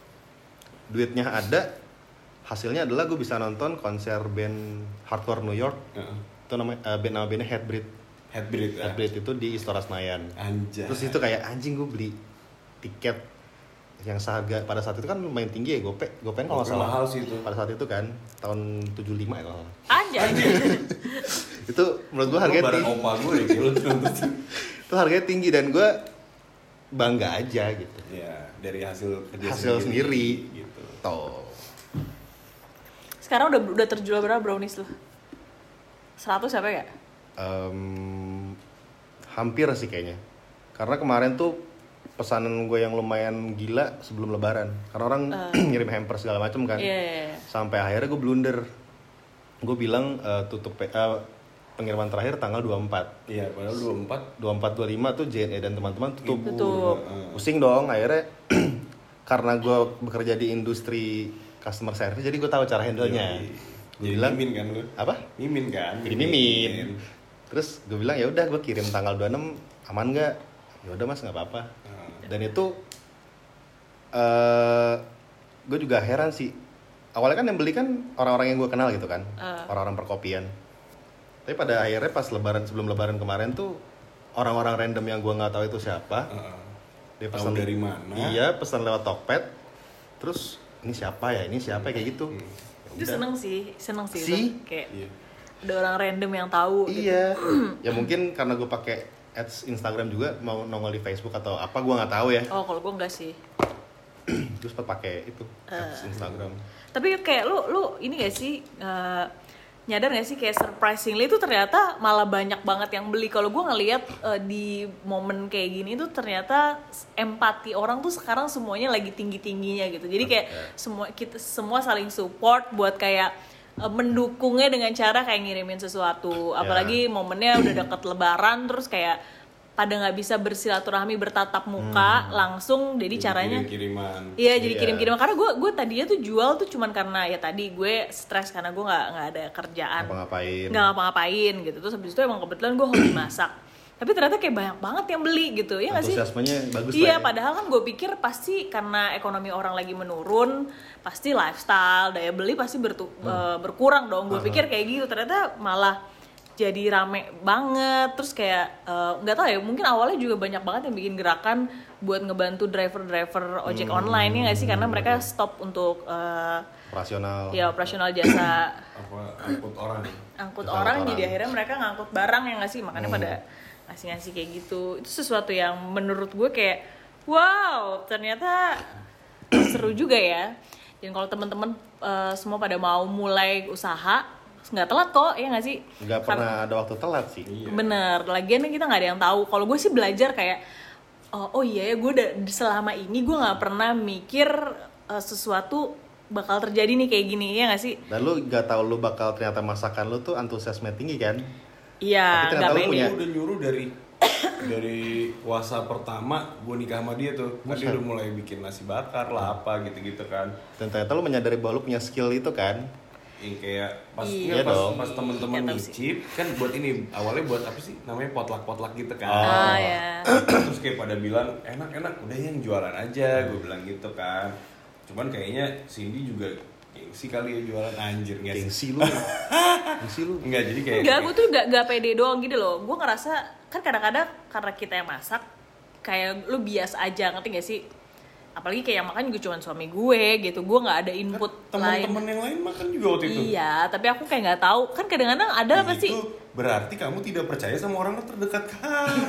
duitnya ada, hasilnya adalah gue bisa nonton konser band hardcore New York. Heeh. Itu namanya uh, band nama bandnya Hatebreed. Headbreed ya. Hatebreed itu di Istora Senayan. Anjay. Terus itu kayak anjing, gue beli tiket yang seharga pada saat itu kan lumayan tinggi ya, gope gope kalau nggak Gope salah mahal sih itu. pada saat itu kan tahun tujuh puluh lima ya kalau nggak salah. Anjay. Itu menurut gue harganya bareng tinggi. opa gue deh gitu nonton. Itu harganya tinggi dan gue bangga aja gitu. Ya, dari hasil kerja Hasil sendiri. gitu. Toh. Sekarang udah udah terjual berapa brownies lu? seratus apa ya? Em, hampir sih kayaknya. Karena kemarin tuh pesanan gue yang lumayan gila sebelum lebaran. Karena orang ngirim hamper segala macam kan. Iya, iya, iya. Sampai akhirnya gue blunder. Gue bilang eh, tutup eh, pengiriman terakhir tanggal dua puluh empat. Iya, padahal dua puluh empat dua puluh empat dua puluh lima tuh J N E dan teman-teman tutup. Tutup. Pusing dong akhirnya karena gue bekerja di industri customer service jadi gue tahu cara handle-nya. Gue Jadi bilang mimin kan lu? apa? Mimin kan? Jadi mimin. Terus gue bilang ya udah gue kirim tanggal dua puluh enam aman nggak? Ya udah mas nggak apa-apa. Nah, Dan itu eh gue juga heran sih. Awalnya kan yang beli kan orang-orang yang gue kenal gitu kan, Ah. orang-orang perkopian. Tapi pada akhirnya pas lebaran sebelum lebaran kemarin tuh orang-orang random yang gue nggak tahu itu siapa. heeh. Dia Tahu pesan dari mana? Iya, pesan lewat Tokped. Terus ini siapa ya? Ini siapa ya? Kayak gitu. Hmm. Ya Itu udah. seneng sih, seneng sih. Sih? itu. Kayak Iya. ada orang random yang tahu gitu. Iya. Ya mungkin karena gue pakai ads Instagram juga mau nongol di Facebook atau apa gue nggak tahu ya. Oh, kalau gue enggak sih. Terus pakai itu ads Instagram. Tapi kayak lu lu ini gak sih eh, nyadar gak sih kayak surprisingly itu ternyata malah banyak banget yang beli. Kalau gue ngelihat eh, di momen kayak gini tuh ternyata empati orang tuh sekarang semuanya lagi tinggi-tingginya gitu. Jadi kayak semua kita semua saling support buat kayak eh, mendukungnya dengan cara kayak ngirimin sesuatu. Apalagi momennya udah deket lebaran terus kayak pada nggak bisa bersilaturahmi bertatap muka langsung jadi caranya Kirim-kiriman. Iya jadi Iya. kirim-kirim karena gue gue tadinya tuh jual tuh cuman karena ya tadi gue stres karena gue nggak nggak ada kerjaan Ngapa-ngapain. nggak ngapa-ngapain gitu terus habis itu emang kebetulan gue hobi masak tapi ternyata kayak banyak banget yang beli gitu ya nggak sih Antusiasmenya bagus lah iya ya. padahal kan gue pikir pasti karena ekonomi orang lagi menurun pasti lifestyle daya beli pasti bertu- eh, berkurang dong gue pikir kayak gitu ternyata malah jadi rame banget terus kayak eh, nggak tahu ya mungkin awalnya juga banyak banget yang bikin gerakan buat ngebantu driver-driver ojek online ya nggak sih karena mereka stop untuk eh, Operasional. ya operasional jasa Apa angkut orang? angkut Jasa orang orang. jadi akhirnya mereka ngangkut barang ya nggak sih makanya pada ngasih-ngasih kayak gitu itu sesuatu yang menurut gue kayak wow ternyata seru juga ya dan kalau teman-teman eh, semua pada mau mulai usaha nggak telat kok, ya nggak sih? Nggak pernah ada waktu telat sih. Iya. Bener, lagian kita nggak ada yang tahu. Kalau gue sih belajar kayak oh, oh iya ya, gue udah selama ini gue nggak pernah mikir uh, sesuatu bakal terjadi nih kayak gini, ya nggak sih? Dan lu nggak tahu lu bakal ternyata masakan lu tuh antusiasme tinggi kan? Iya, Tapi nggak ternyata lu pede. punya- Dia udah nyuruh dari dari puasa pertama gue nikah sama dia tuh. Kan dia Buset. udah mulai bikin nasi bakar lah apa gitu-gitu kan. Dan ternyata lu menyadari bahwa lu punya skill itu kan? Yang kayak pas Iya nggak, pas, dong. pas temen-temen Nggak tahu sih. nyicip kan buat ini awalnya buat apa sih namanya potluck-potluck gitu kan. Ah ya. Terus kayak pada bilang enak-enak udah yang jualan aja, gue bilang gitu kan. Cuman kayaknya Cindy juga gengsi kali ya jualan anjir nggak sih? Gengsi lu. Gengsi lu. Enggak jadi kayak Enggak, gue tuh gak, gak pede doang gitu loh. Gue ngerasa kan kadang-kadang karena kita yang masak kayak lu bias aja, ngerti gak sih? Apalagi kayak yang makan juga cuma suami gue gitu. Gue nggak ada input lain. teman-teman yang lain makan juga waktu itu. Iya, tapi aku kayak nggak tahu. Kan kadang-kadang ada apa sih? Itu berarti kamu tidak percaya sama orang terdekat kamu.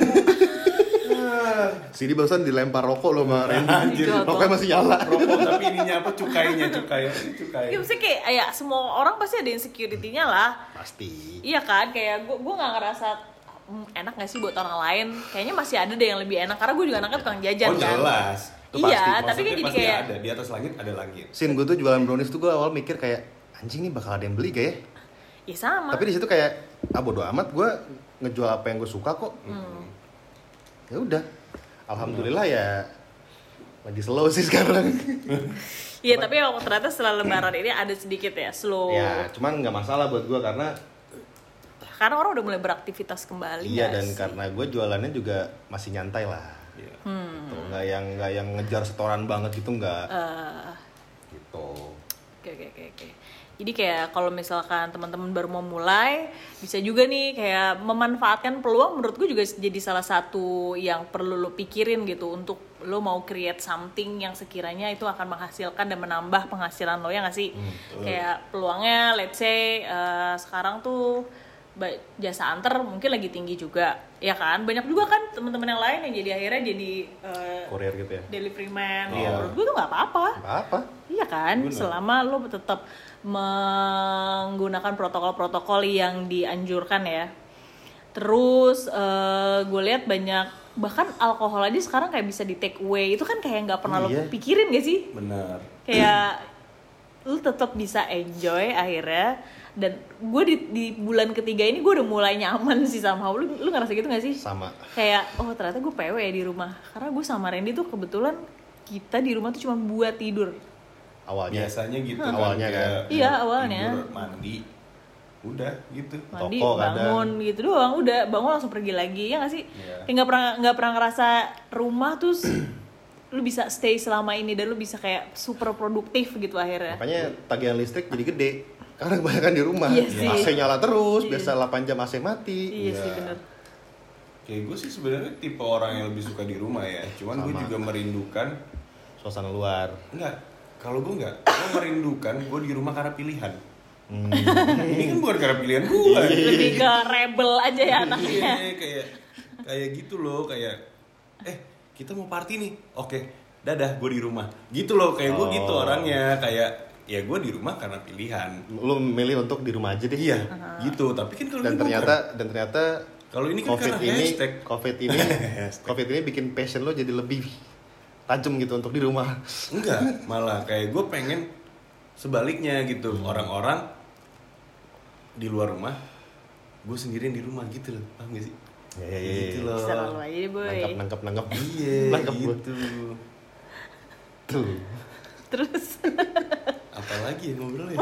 Nah, Sini barusan dilempar rokok lo sama Randy. Anjir. Rokoknya masih nyala. rokok tapi ininya apa cukainya cukai cukai. Ya maksudnya kayak ya semua orang pasti ada insecurity-nya lah. Pasti. Iya kan, kayak gue gue nggak ngerasa "Hmm, enak nggak sih buat orang lain. Kayaknya masih ada deh yang lebih enak karena gue juga anaknya tukang jajan Oh kan. jelas. Itu Iya, pasti. tapi kan Maksudnya jadi pasti kayak- ada di atas langit ada langit. Sin, gue tuh jualan brownies tuh gue awal mikir kayak anjing nih bakal ada yang beli gak ya? Ya sama. Tapi di situ kayak ah bodo amat, gue ngejual apa yang gue suka kok. Hmm. Ya udah, alhamdulillah ya lagi slow sih sekarang. Iya, tapi emang ternyata setelah lebaran ini ada sedikit ya slow. Ya, cuman nggak masalah buat gue karena Karena orang udah mulai beraktivitas kembali. iya nggak dan sih? karena gue jualannya juga masih nyantai lah. Iya. Hmm. Tuh, nggak yang nggak yang ngejar setoran banget gitu nggak. Eh, Gitu. Oke oke oke oke. Jadi kayak kalau misalkan teman-teman baru mau mulai, bisa juga nih kayak memanfaatkan peluang. Menurut gue juga jadi salah satu yang perlu lo pikirin gitu untuk lo mau create something yang sekiranya itu akan menghasilkan dan menambah penghasilan lo, ya nggak sih? Kayak peluangnya, let's say eh, sekarang tuh ba- jasa antar mungkin lagi tinggi juga, ya kan? Banyak juga kan teman-teman yang lain yang jadi akhirnya jadi eh, Korea gitu ya. delivery man. Iya. Menurut gue tuh nggak apa-apa. Apa? Iya kan, Bener. selama lo tetap menggunakan protokol-protokol yang dianjurkan ya. Terus gue lihat banyak bahkan alkohol aja sekarang kayak bisa di take away. Itu kan kayak nggak pernah Iya. lo pikirin gak sih? Benar. Kayak lo tetap bisa enjoy akhirnya. Dan gue di, di bulan ketiga ini gue udah mulai nyaman sih sama lu. Lu ngerasa gitu gak sih? Sama. Kayak oh ternyata gue P W ya di rumah. Karena gue sama Randy tuh kebetulan kita di rumah tuh cuma buat tidur. Awalnya. Biasanya gitu Hah. kan. Awalnya kayak kan. Iya, awalnya. tidur, mandi. Udah gitu. Mandi, Toko bangun gitu doang, udah bangun langsung pergi lagi, ya nggak sih? Iya. Kayak nggak pernah nggak pernah ngerasa rumah tuh lu bisa stay selama ini dan lu bisa kayak super produktif gitu akhirnya. Makanya tagihan listrik jadi gede. Karena kebanyakan di rumah. Iya sih. A C nyala terus, Iya. biasa delapan jam A C mati. Iya sih Iya. bener. Kayak gue sih sebenarnya tipe orang yang lebih suka di rumah ya. Cuman gue Sama. juga merindukan Suasana luar. enggak. Kalau gue enggak, gue merindukan gue di rumah karena pilihan. Hmm. Ini kan bukan karena pilihan gue. Lebih ke rebel aja ya anaknya. Iya, kayak kayak gitu loh, kayak eh kita mau party nih. Oke, dadah gue di rumah. Gitu loh, kayak gue gitu Oh. orangnya, kayak ya gue di rumah karena pilihan. Lu milih untuk di rumah aja deh. Iya, gitu. Tapi kan kalau Dan ini ternyata bukan. dan ternyata Kalau ini kan COVID karena ini, hashtag. COVID ini, COVID ini bikin passion lo jadi lebih tajam gitu untuk di rumah. Enggak, malah kayak gue pengen sebaliknya gitu. Hmm. Orang-orang di luar rumah, gue sendirian di rumah gitu loh. Paham gak sih? Ya, ya, ya, Gitu ya. loh. Selalu aja deh boy. Nangkap, nangkap, nangkap. Iya, Nangkep gua. gitu. Tuh. Terus Apalagi ya ngobrolnya?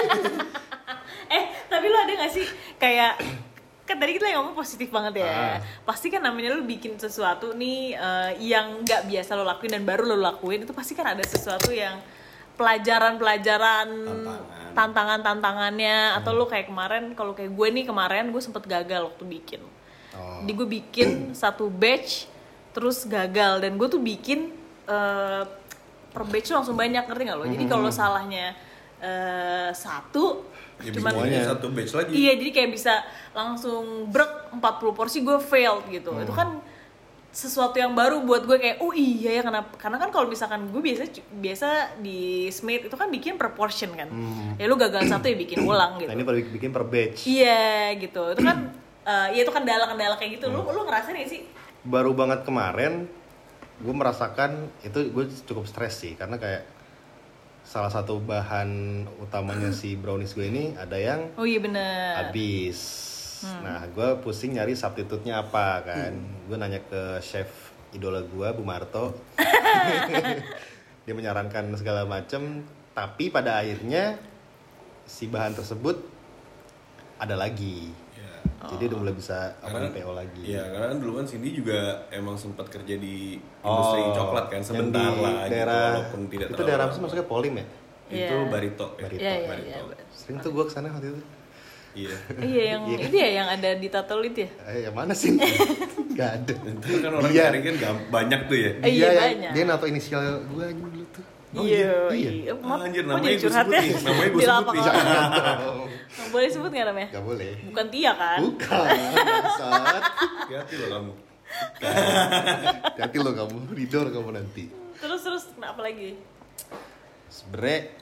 eh tapi lu ada gak sih kayak kan tadi kita ngomong positif banget ya. Ah. Pasti kan namanya lu bikin sesuatu nih eh, yang nggak biasa lo lakuin dan baru lo lakuin, itu pasti kan ada sesuatu yang pelajaran-pelajaran Tantangan. tantangan-tantangannya atau lu kayak kemarin, kalau kayak gue nih kemarin gue sempet gagal waktu bikin. Oh. Jadi gue bikin satu batch terus gagal dan gue tuh bikin eh, per batch tuh langsung banyak, ngerti nggak lo? Jadi kalau salahnya eh, satu Ya cuman semuanya satu batch lagi. iya, jadi kayak bisa langsung brek empat puluh porsi gue failed gitu. Hmm. Itu kan sesuatu yang baru buat gue kayak oh iya ya kenapa, karena kan kalau misalkan gue biasa biasa di Smith itu kan bikin per portion kan, hmm. ya lu gagal satu ya bikin ulang gitu. Nah ini pada bikin per batch. Iya gitu, itu kan uh, ya itu kan kendala-kendala kayak gitu. Hmm. Lu lu ngerasain gak sih? Baru banget kemarin gue merasakan itu, gue cukup stres sih karena kayak salah satu bahan utamanya si brownies gue ini ada yang oh iya benar habis. Hmm. Nah, gue pusing nyari substitute-nya apa kan. Hmm. Gue nanya ke chef idola gue, Bu Marto. Dia menyarankan segala macam, tapi pada akhirnya si bahan tersebut ada lagi. Yeah. Jadi oh. udah mulai bisa open P O lagi. Iya, karena kan dulu kan Cindy juga emang sempat kerja di industri oh, coklat kan sebentar lah daerah, gitu, walaupun tidak itu daerah apa sih maksudnya Polim ya? Itu yeah. Barito. Barito. Yeah, yeah, Barito. yeah, Sering tuh gue kesana waktu itu. Iya. Iya yang itu ya yang ada di Tatolit ya? Eh yang mana sih? Gak ada. Itu kan orang cari kan banyak tuh ya. Eh, iya banyak. Dia nato inisial gue aja dulu tuh. Oh, iya. Iya. Oh, anjir namanya gue sebut nih. Namanya gue sebut nih. Boleh sebut nggak namanya? Gak boleh. Bukan Tia kan? Bukan. Bangsat. Hati-hati lo kamu. Hati-hati lo kamu. Ridor kamu nanti. Terus terus apa lagi? Sebenernya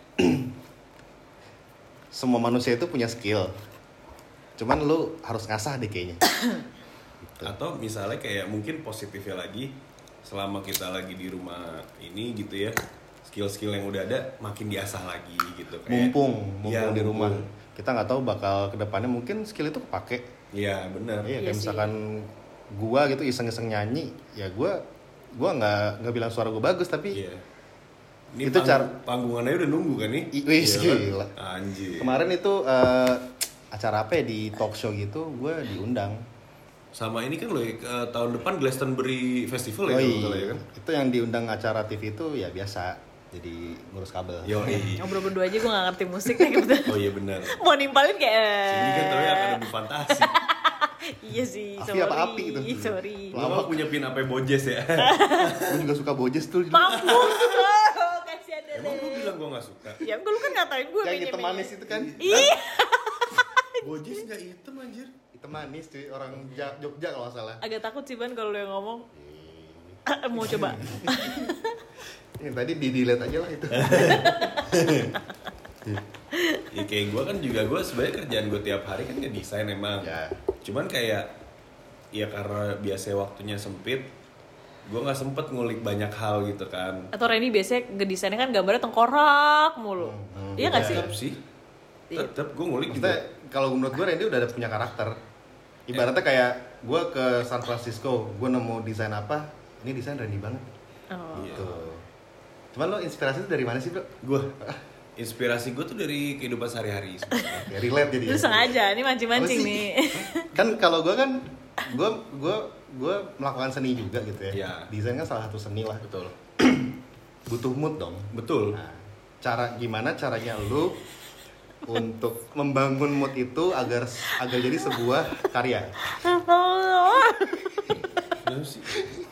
semua manusia itu punya skill. Cuman lu harus ngasah deh kayaknya. Gitu. Atau misalnya kayak mungkin positifnya lagi, selama kita lagi di rumah ini gitu ya, skill-skill yang udah ada makin diasah lagi gitu. Kayak, mumpung, mumpung ya, di rumah. mumpung. Kita nggak tahu bakal kedepannya mungkin skill itu kepake. Iya benar. Iya, kayak iya misalkan gua gitu iseng-iseng nyanyi, ya gua gua nggak nggak bilang suara gua bagus tapi. Iya. Ini itu pang- cara panggungannya udah nunggu kan nih? Wih, gila. Anjir. Kemarin itu uh, acara apa ya di talk show gitu, gue diundang. Sama ini kan loh, uh, tahun depan Glastonbury Festival ya, oh, iya. ya kan? Itu yang diundang acara T V itu ya biasa, jadi ngurus kabel. Yo, iya. Ngobrol berdua aja gue gak ngerti musik kayak gitu. Oh iya benar. Mau nimpalin kayak. Sini kan tau ya akademi fantasi. Iya sih, Api sorry. apa api itu? Sorry. Lama punya pin apa Bojes ya? Gue juga suka Bojes tuh. Mampus. Kasihan deh. Emang gue bilang gue gak suka? Ya gue lu kan ngatain gue. Yang hitam manis itu kan? Iya. Bojes gak hitam anjir. Hitam manis cuy, orang Jogja kalau gak salah. Agak takut sih Ban kalau lu yang ngomong. Mau coba. Yang tadi di-delete aja lah itu. Ya kayak gue kan juga, gue sebenarnya kerjaan gue tiap hari kan ngedesain emang Ya. Cuman kayak, ya karena biasa waktunya sempit, gue gak sempet ngulik banyak hal gitu kan. Atau Randy biasanya ngedesainnya kan gambarnya tengkorak mulu. Hmm, Iya gak sih? Tetep sih, tetep gue ngulik Maksudnya juga. kalau menurut gue Randy udah ada punya karakter. Ibaratnya kayak gue ke San Francisco, gue nemu desain apa, ini desain Randy banget. Oh. Iya. Gitu. Cuman lo inspirasi itu dari mana sih bro? Gue, inspirasi gue tuh dari kehidupan sehari-hari sebenarnya. Ya, relate jadi. Lu sengaja, ini mancing-mancing Apa sih? nih. Kan kalau gue kan, gue gue gue melakukan seni juga gitu ya. Iya. Desain kan salah satu seni lah. Betul. Butuh mood dong. Betul. Nah, cara gimana caranya lu untuk membangun mood itu agar agar jadi sebuah karya? Kenapa sih?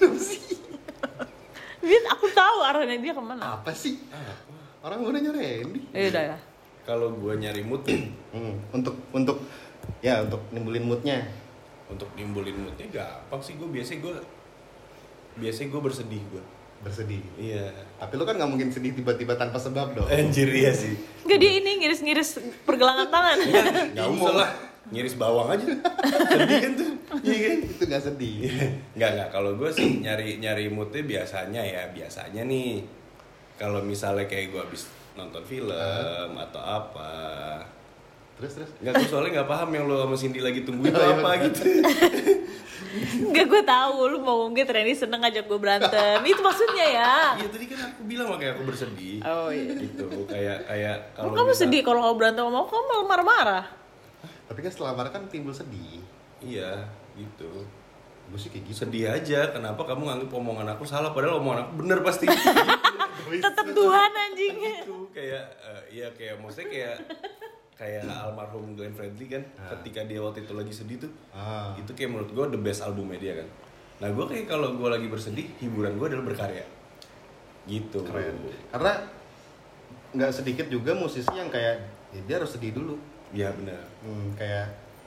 Dia, aku tahu arahnya dia kemana. Apa sih? Apa? Orang udah nyari Randy. Eh udah ya. Kalau gue nyari mood, Hmm, untuk untuk ya untuk nimbulin moodnya. untuk nimbulin moodnya gampang sih. Gue biasanya gue biasanya gue bersedih gue. Bersedih. Iya. Tapi lu kan nggak mungkin sedih tiba-tiba tanpa sebab dong. Anjir iya sih. Enggak, dia ini ngiris-ngiris pergelangan tangan. Gak usah lah, ngiris bawang aja. Sedih kan tuh. Iya kan? Itu nggak sedih. Nggak nggak. Kalau gue sih nyari nyari moodnya biasanya ya biasanya nih. Kalau misalnya kayak gue habis nonton film uh. atau apa. Terus terus. Nggak, gue soalnya nggak paham yang lo sama Cindy lagi tungguin itu apa gitu. Enggak, gue tahu lu mau ngomongin Randy seneng ngajak gue berantem. Itu maksudnya ya. Iya tadi kan aku bilang makanya aku bersedih. Oh iya. Gitu kayak kayak Kalau kalau kamu bisa- sedih kalau kamu berantem sama aku, kamu malah marah-marah. Tapi kan setelah marah kan timbul sedih. Iya gitu. Gue sih kayak gitu. Sedih aja kenapa kamu nganggep omongan aku salah padahal omongan aku bener pasti. Tetap Tuhan anjing. Gitu kayak eh, iya kayak maksudnya kayak kayak almarhum Glenn Fredly kan Ah. ketika dia waktu itu lagi sedih tuh Ah. itu kayak menurut gue the best albumnya dia kan. Nah gue kayak kalau gue lagi bersedih hiburan gue adalah berkarya gitu. Keren. Karena nggak sedikit juga musisi yang kayak ya dia harus sedih dulu. Iya benar. Hmm, kayak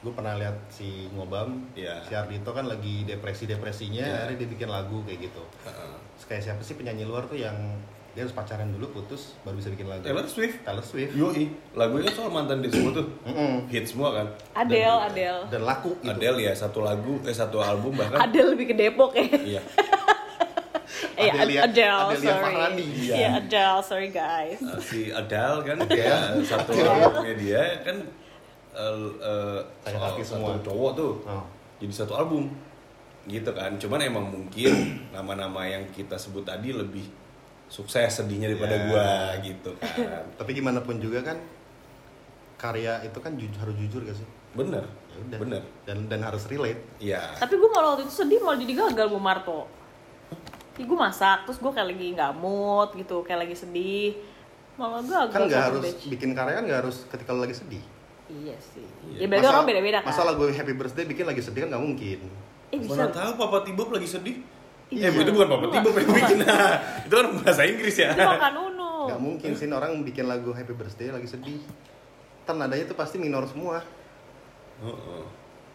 gue pernah lihat si Ngobam, Iya. si Ardhito kan lagi depresi-depresinya, Iya. akhirnya dia bikin lagu kayak gitu. Heeh. Terus kayak siapa sih penyanyi luar tuh yang dia harus pacaran dulu, putus, baru bisa bikin lagu? Taylor Swift. Taylor Swift. Yoi, lagunya soal mantan dia semua tuh. Mm-mm. Hit semua kan. Adele, Dan- Adele. Dan laku gitu. Adele ya, satu lagu, eh satu album bahkan. Adele lebih ke Depok ya. Iya. Eh, Adelia- Adele, Adelia sorry. Fahrani, iya. Iya, Adele, sorry guys. Uh, si Adele kan dia satu albumnya dia kan uh, uh, Sayang soal hati satu semua. cowok tuh Oh. jadi satu album gitu kan. Cuman emang mungkin nama-nama yang kita sebut tadi lebih sukses sedihnya daripada Ya. gua gitu kan. Tapi gimana pun juga kan karya itu kan jujur, harus jujur gak sih? Bener, Ya udah. bener. Dan dan harus relate. Iya. Tapi gue malah waktu itu sedih, malah jadi gagal Bu Marto. Ih, gue masak, terus gue kayak lagi nggak mood gitu, kayak lagi sedih. Malah gagal. Kan nggak satu harus batch. bikin karya kan nggak harus ketika lo lagi sedih. Iya sih. Iya. Ya berarti orang beda-beda kan. Masalah gue happy birthday bikin lagi sedih kan nggak mungkin. Eh bisa. Mana tahu Papa Tibob lagi sedih. Iya. Eh, itu bukan Papa Bukan. Tibob yang bikin. Nah, itu kan bahasa Inggris ya. Itu makan Uno. Nggak mungkin sih orang bikin lagu happy birthday lagi sedih. Ntar nadanya tuh pasti minor semua. Heeh.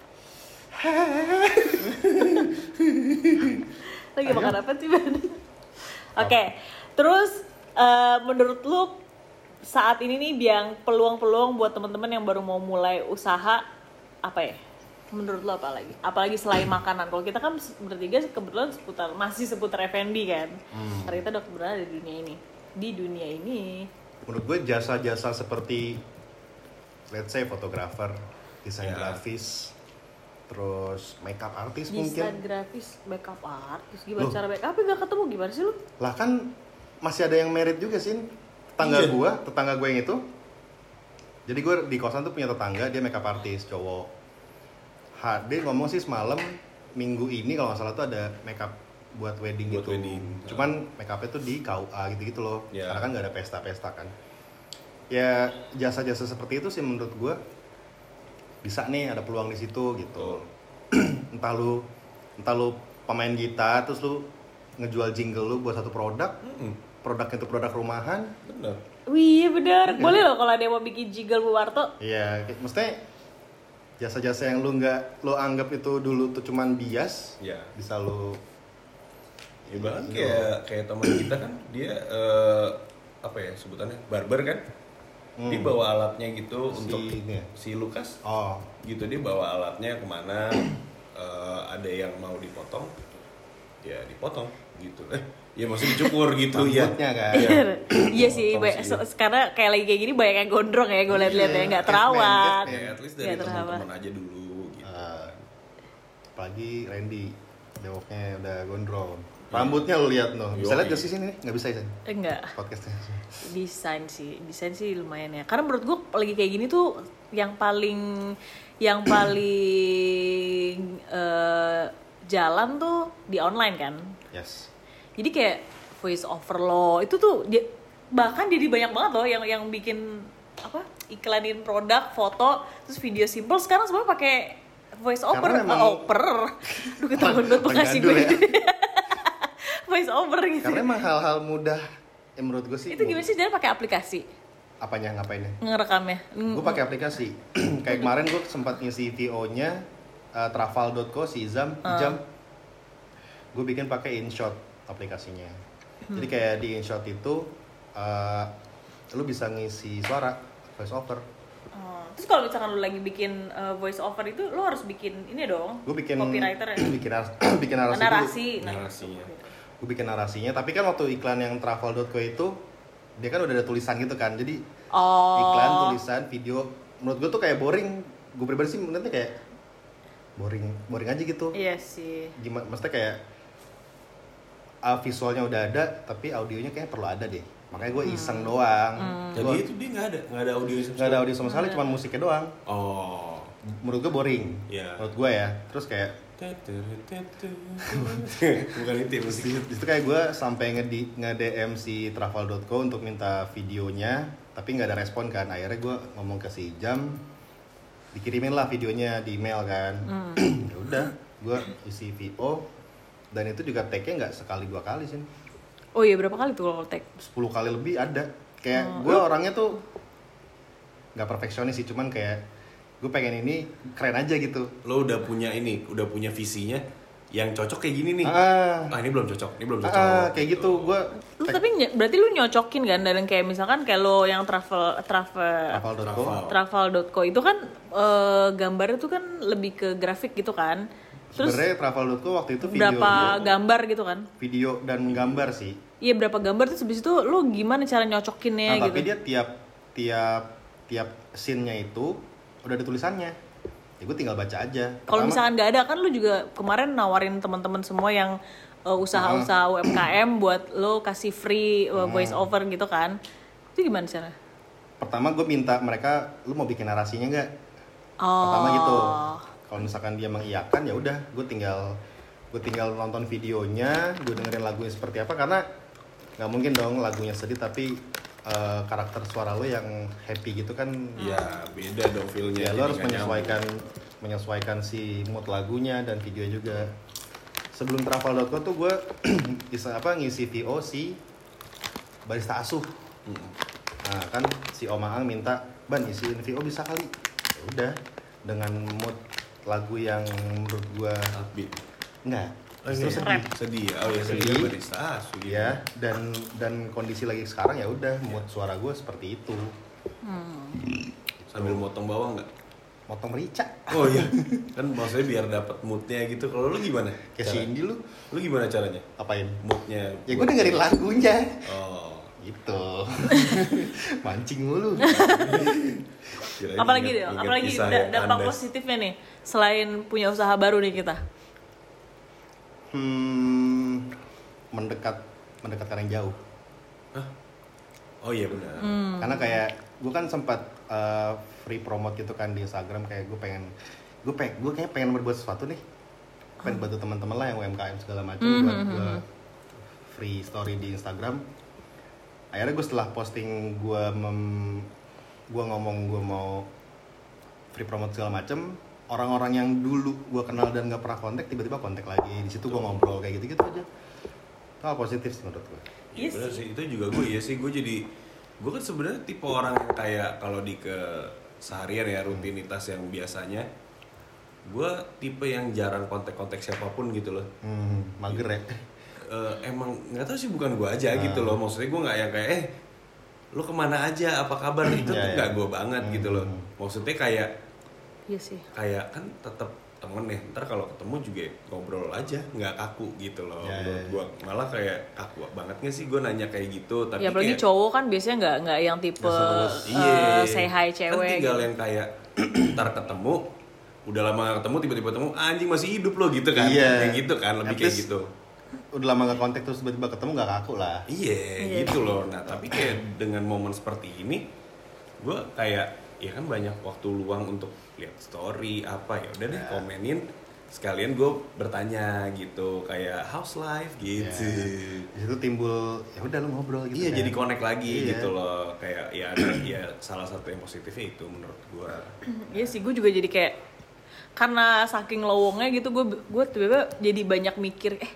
Lagi makan apa sih Ben? Oke, terus eh, menurut lu saat ini nih yang peluang-peluang buat teman-teman yang baru mau mulai usaha apa ya? Menurut lu apa lagi? Apalagi selain makanan. Kalau kita kan bertiga kebetulan seputar masih seputar F and B kan. Hmm. Karena kita udah kebetulan ada di dunia ini. Di dunia ini. Menurut gue jasa-jasa seperti let's say fotografer, desain Ya. grafis, terus makeup artist Desain mungkin. grafis, makeup artist. Gimana Loh. cara make up? Gak ketemu gimana sih lu? Lah kan masih ada yang merit juga sih. Tetangga Iya. gue, tetangga gue yang itu. Jadi gue di kosan tuh punya tetangga, dia makeup artist, cowok. Ha, dia ngomong sih semalam minggu ini kalau nggak salah tuh ada makeup buat wedding Buat gitu. wedding. Cuman makeupnya tuh di K U A gitu-gitu loh. Ya. Karena kan nggak ada pesta-pesta kan. Ya jasa-jasa seperti itu sih menurut gue bisa nih ada peluang di situ gitu. entah lu entah lu pemain gitar terus lu ngejual jingle lu buat satu produk, Mm-mm. produknya itu produk rumahan. Bener. Wih, bener. Boleh loh kalau ada yang mau bikin jiggle Bu Warto. Iya, kayak- maksudnya jasa-jasa yang lu nggak lo anggap itu dulu tuh cuman bias, Ya. bisa lu Ya bahkan kayak kayak teman kita kan dia eh, apa ya sebutannya barber kan. Hmm. Dia bawa alatnya gitu Si untuk ini ya? si Lukas oh gitu, dia bawa alatnya kemana eh, ada yang mau dipotong ya dipotong gitu, eh ya maksudnya dicukur gitu ya. rambutnya kan. Iya. Iya sih, Potong banyak, sih. so- karena kayak lagi kayak gini banyak yang gondrong ya, gue liat-liat ya, nggak Catman, terawat. Catman. Ya, at least dari Nggak terawat. teman-teman aja dulu gitu. Eh, apalagi Randy bewoknya udah gondrong, rambutnya lu lihat noh, bisa Yoi. lihat gak sih sini nih? Nggak bisa ya Eh, Enggak, podcastnya. desain sih, desain sih lumayan ya. Karena menurut gue lagi kayak gini tuh yang paling yang paling eh, jalan tuh di online kan. Yes. Jadi kayak voice over lo itu tuh dia, bahkan jadi banyak banget loh yang yang bikin apa iklanin produk, foto, terus video simple sekarang semua pakai voice over, Karena memang- oh, over, duh ketahuan banget Orang bekasi jadul gue, ya. voice over gitu. Karena emang hal-hal mudah yang menurut gue sih. Itu gimana sih dia pakai aplikasi Apanya ngapainnya? ngerekamnya? Gue pakai aplikasi. Kayak kemarin gue sempat ngisi V O-nya uh, travel dot co si Izam, Izam. Gue bikin pakai InShot aplikasinya. Jadi kayak di InShot itu uh, lu bisa ngisi suara voice over. Oh, terus kalau misalkan lu lagi bikin uh, voice over itu lu harus bikin ini dong. Gue bikin copywriter ya. bikin nar- bikin narasi. dulu. narasi. Narasinya. Gue bikin narasinya, tapi kan waktu iklan yang travel dot co itu dia kan udah ada tulisan gitu kan. Jadi Oh. iklan, tulisan, video menurut gue tuh kayak boring. Gue pribadi sih menurutnya kayak boring, boring aja gitu. Iya sih. Gimana maksudnya kayak uh, visualnya udah ada tapi audionya kayak perlu ada deh. Makanya gue iseng doang. Jadi Gua itu dia nggak ada nggak ada audio sama nggak ada audio sama sekali, cuma musiknya doang. Oh. Menurut gue boring. Iya. Menurut gue ya. Terus kayak Bukan itu ya, musik. di situ kayak gue sampai nge-D M si travel dot co untuk minta videonya, tapi nggak ada respon kan. Akhirnya gue ngomong ke si Jam, dikirimin lah videonya di email kan. Ya udah, gue isi V O dan itu juga tag-nya nggak sekali dua kali sih, Oh iya, berapa kali tuh kalau tag? sepuluh kali lebih ada. Kayak gue orangnya tuh nggak perfeksionis sih, cuman kayak gue pengen ini keren aja gitu. Lo udah punya ini, udah punya visinya yang cocok kayak gini nih. Ah, Ah ini belum cocok, ini belum cocok. ah kayak gitu. Gue Lu tapi ny- berarti lu nyocokin kan dalam kayak misalkan kayak lo yang travel travel travel dot co. Travel. travel dot co itu kan eh, gambarnya tuh kan lebih ke grafik gitu kan. Terus Sebenarnya travel dot co waktu itu video berapa gambar gitu kan? video dan gambar sih. Iya berapa gambar terus habis itu lu gimana cara nyocokinnya Nah, gitu? tapi dia tiap tiap tiap scene-nya itu udah ada tulisannya. Ya gue tinggal baca aja. Kalau Pertama- misalkan nggak ada kan lu juga kemarin nawarin teman-teman semua yang uh, usaha-usaha U M K M buat lo kasih free uh, voice over gitu kan? Itu gimana cara? pertama gue minta mereka, lu mau bikin narasinya nggak? Oh. Pertama gitu. Kalau misalkan dia mengiyakan ya udah, gue tinggal gue tinggal nonton videonya, gue dengerin lagunya seperti apa, karena nggak mungkin dong lagunya sedih tapi eh, karakter suara lo yang happy gitu kan. Ya beda dong feelnya. Ya lo harus jadi nggak menyesuaikan menyesuaikan si mood lagunya dan video juga. Sebelum travel dot co tuh gue bisa apa ngisi V O si barista asuh. nyambung. Nah kan si Om Aang minta, "Ban isiin V O bisa kali." Ya udah, dengan mood lagu yang menurut gue Upbeat. enggak, Oh, justru iya. sedih. Sedih ya. Oh ya sedih. Sedih. Barista asu gitu. Ya, dan dan kondisi lagi sekarang ya udah mood suara gue seperti itu. Sambil motong bawang nggak? Motong merica. Oh iya. Kan maksudnya biar dapat moodnya gitu. Kalau lu gimana? Kayak si Cara- Indi lu Lu gimana caranya? apain? Moodnya. Ya gue buat- dengerin lagunya. Oh. Gitu. Mancing mulu. Kirain Apalagi inget- deh, inget apalagi kisah da- yang dampak kandas. positifnya nih selain punya usaha baru nih kita. Hmm, mendekat mendekatkan yang jauh. Hah? Oh iya benar. Hmm. Karena kayak gue kan sempat uh, free promote gitu kan di Instagram, kayak gue pengen gue pengen gue kayak pengen berbuat sesuatu nih, pengen bantu teman-teman lah yang U M K M segala macam Hmm, buat hmm, gue free story di Instagram. Akhirnya gue setelah posting gue mem gue ngomong gue mau free promote segala macam, orang-orang yang dulu gue kenal dan nggak pernah kontak tiba-tiba kontak lagi. Di situ gue ngobrol kayak gitu-gitu aja. Hal positif sih menurut gue. Iya Iya benar sih. sih. Itu juga gue iya sih. Gue jadi gue kan sebenarnya tipe orang yang kayak kalau di ke seharian ya rutinitas yang biasanya gue tipe yang jarang kontak-kontak siapapun gitu loh. Hmm, mager ya. Eh, emang nggak tahu sih bukan gue aja Ah. gitu loh. Maksudnya gue nggak yang kayak eh lo kemana aja apa kabar itu Iya, tuh iya. nggak gue banget gitu loh. Hmm. Maksudnya kayak Iya sih. kayak kan tetap temen nih, ntar kalau ketemu juga ngobrol aja, nggak kaku gitu loh. Ya, Menurut ya, gua malah kayak kaku banget nggak sih gue nanya kayak gitu, tapi Ya apalagi kayak cowok kan biasanya nggak nggak yang tipe Nggak uh, iya, say hi kan cewek. tinggal gitu. yang kayak ntar ketemu, udah lama nggak ketemu tiba-tiba ketemu, "Ah, anjing masih hidup loh gitu kan, Iya. kayak gitu kan, lebih At kayak least gitu. Udah lama gak kontak terus tiba-tiba ketemu gak kaku lah. Iya, Iya. gitu loh. Nah tapi kayak dengan momen seperti ini, gue kayak ya kan banyak waktu luang untuk lihat story apa ya udah deh Ya. komenin sekalian gue bertanya gitu kayak how's life gitu. Ya. Di situ timbul ya udah lu ngobrol gitu. Iya kan. jadi connect lagi Iya. gitu loh kayak ya ya salah satu yang positifnya itu menurut gue. Iya sih, gue juga jadi kayak karena saking lowongnya gitu, gue gue tiba-tiba jadi banyak mikir eh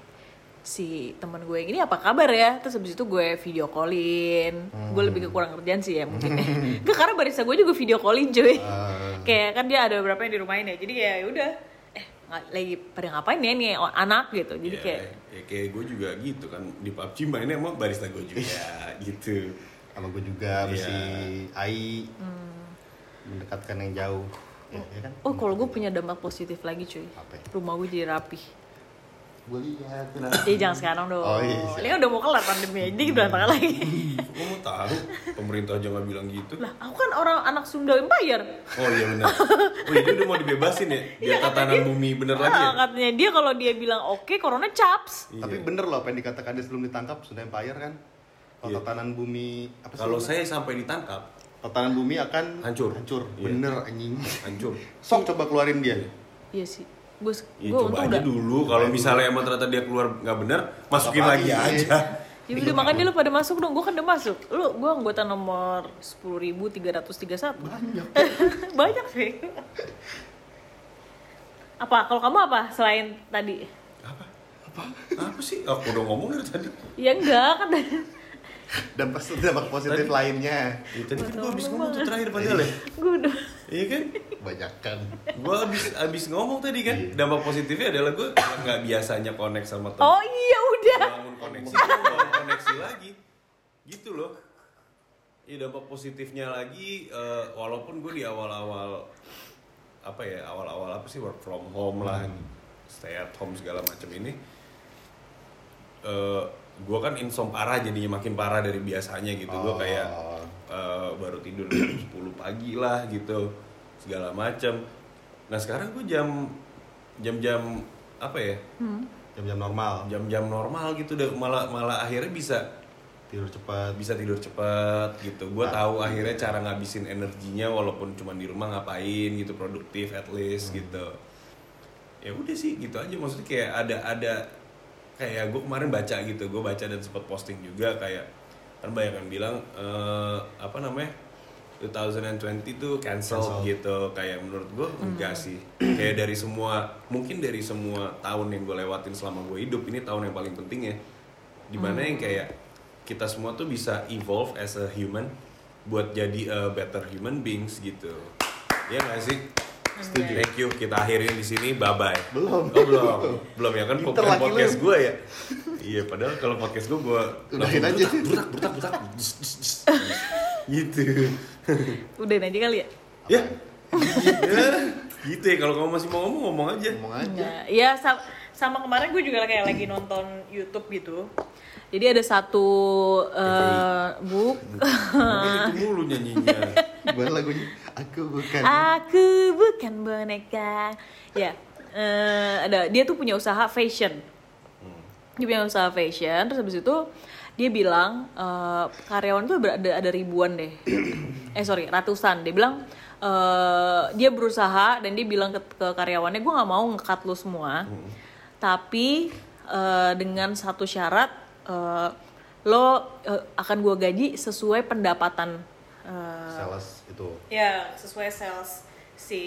si teman gue yang ini apa kabar ya, terus habis itu gue video callin. Gue lebih ke kurang kerjaan sih ya mungkin. Gak, karena barista gue juga video callin cuy. Ah. Kayak kan dia ada beberapa yang di rumahnya ya, jadi ya udah eh nga- lagi pada ngapain ya nih anak gitu, jadi Ya, kayak ya, kayak gue juga gitu kan di P U B G mainnya emang barista gue juga gitu. Sama gue juga Iya. si Ai mendekatkan yang jauh. Ya, ya kan? oh kalau gue punya dampak positif lagi cuy, Apa ya? rumah gue jadi rapi. Gue lihat. Jadi jangan sekarang dong. Oh, iya. Ini udah mau kelar pandemi, jadi berantakan lagi. Gue mau tahu pemerintah aja nggak bilang gitu. Lah, aku kan orang anak Sunda Empire. Oh iya benar. Oh iya dia udah mau dibebasin ya? Biar tatanan bumi bener lagi ya? Ah, katanya dia kalau dia bilang oke, corona caps. Iya. Tapi bener loh apa yang dikatakan dia sebelum ditangkap Sunda Empire kan. Kalau Iya. tatanan bumi apa sih? Kalau saya sampai ditangkap, tatanan bumi akan Hancur. Hancur. Iya. Bener anjing. hancur. Sok coba keluarin dia. Iya sih. Gue Ya gue coba untung aja udah. dulu. Kalau misalnya emang ternyata dia keluar nggak bener, masukin Apa lagi lagi? aja. Ya udah makanya lu pada masuk dong. Gue kan udah masuk. Lu gue anggota nomor sepuluh ribu tiga ratus tiga puluh satu. Banyak. Banyak sih. Apa? Kalau kamu apa selain tadi? Apa? Apa? Apa sih? Aku udah ngomong dari tadi. Ya enggak kan. Dan pasti dampak positif lainnya. Ya, tadi kan gue habis ngomong tuh terakhir padahal ya. Gue udah. Iya kan? Banyakan. Gue abis abis ngomong tadi kan, Iya. dampak positifnya adalah gue nggak biasanya connect sama temen. Oh iya udah. Bangun koneksi, gue bangun koneksi lagi, gitu loh. Ya dampak positifnya lagi, uh, walaupun gue di awal-awal apa ya, awal-awal apa sih work from home lah, stay at home segala macam ini, uh, gue kan insom parah jadinya makin parah dari biasanya gitu. Oh. Gue kayak uh, baru tidur jam sepuluh pagi lah gitu, segala macam. Nah sekarang gue jam jam-jam apa ya? Hmm. Jam-jam normal. Jam-jam normal gitu, udah malah malah akhirnya bisa Tidur cepat. bisa tidur cepat gitu. Gue Ah, tahu akhirnya cara ngabisin energinya walaupun cuma di rumah ngapain gitu, produktif at least Hmm. gitu. Ya udah sih gitu aja, maksudnya kayak ada ada kayak gue kemarin baca gitu, gue baca dan sempat posting juga kayak kan banyak yang bilang eh, apa namanya dua ribu dua puluh tuh cancel, Cancel. gitu. Kayak menurut gue enggak sih, kayak dari semua mungkin dari semua tahun yang gue lewatin selama gue hidup, ini tahun yang paling penting ya, dimana yang kayak kita semua tuh bisa evolve as a human buat jadi a better human beings gitu. Ya nggak sih? Setuju. Thank you. Kita akhirin di sini. Bye bye. Belum. Oh belum. Belum ya kan Pinter bukan lagi podcast lu. gue ya. Iya padahal kalau podcast gue gue Udahin aja. Bertak bertak bertak. Gitu. Udahin aja kali ya. Ya. Ya. Gitu ya, kalau kamu masih mau ngomong ngomong aja. Ngomong aja. Nah, ya sa- sama kemarin gue juga kayak lagi nonton YouTube gitu. Jadi ada satu uh, book. Mungkin itu mulu nyanyinya. Gimana lagunya? Aku bukan. Aku bukan boneka. Ya, eh, ada dia tuh punya usaha fashion. Dia punya usaha fashion. Terus habis itu dia bilang eh, karyawan tuh ada ada ribuan deh. eh sorry ratusan. Dia bilang eh, dia berusaha dan dia bilang ke, ke karyawannya, gue nggak mau nge-cut lu semua. Hmm. Tapi eh, dengan satu syarat. Uh, lo uh, akan gue gaji sesuai pendapatan uh, Sales itu. ya sesuai sales si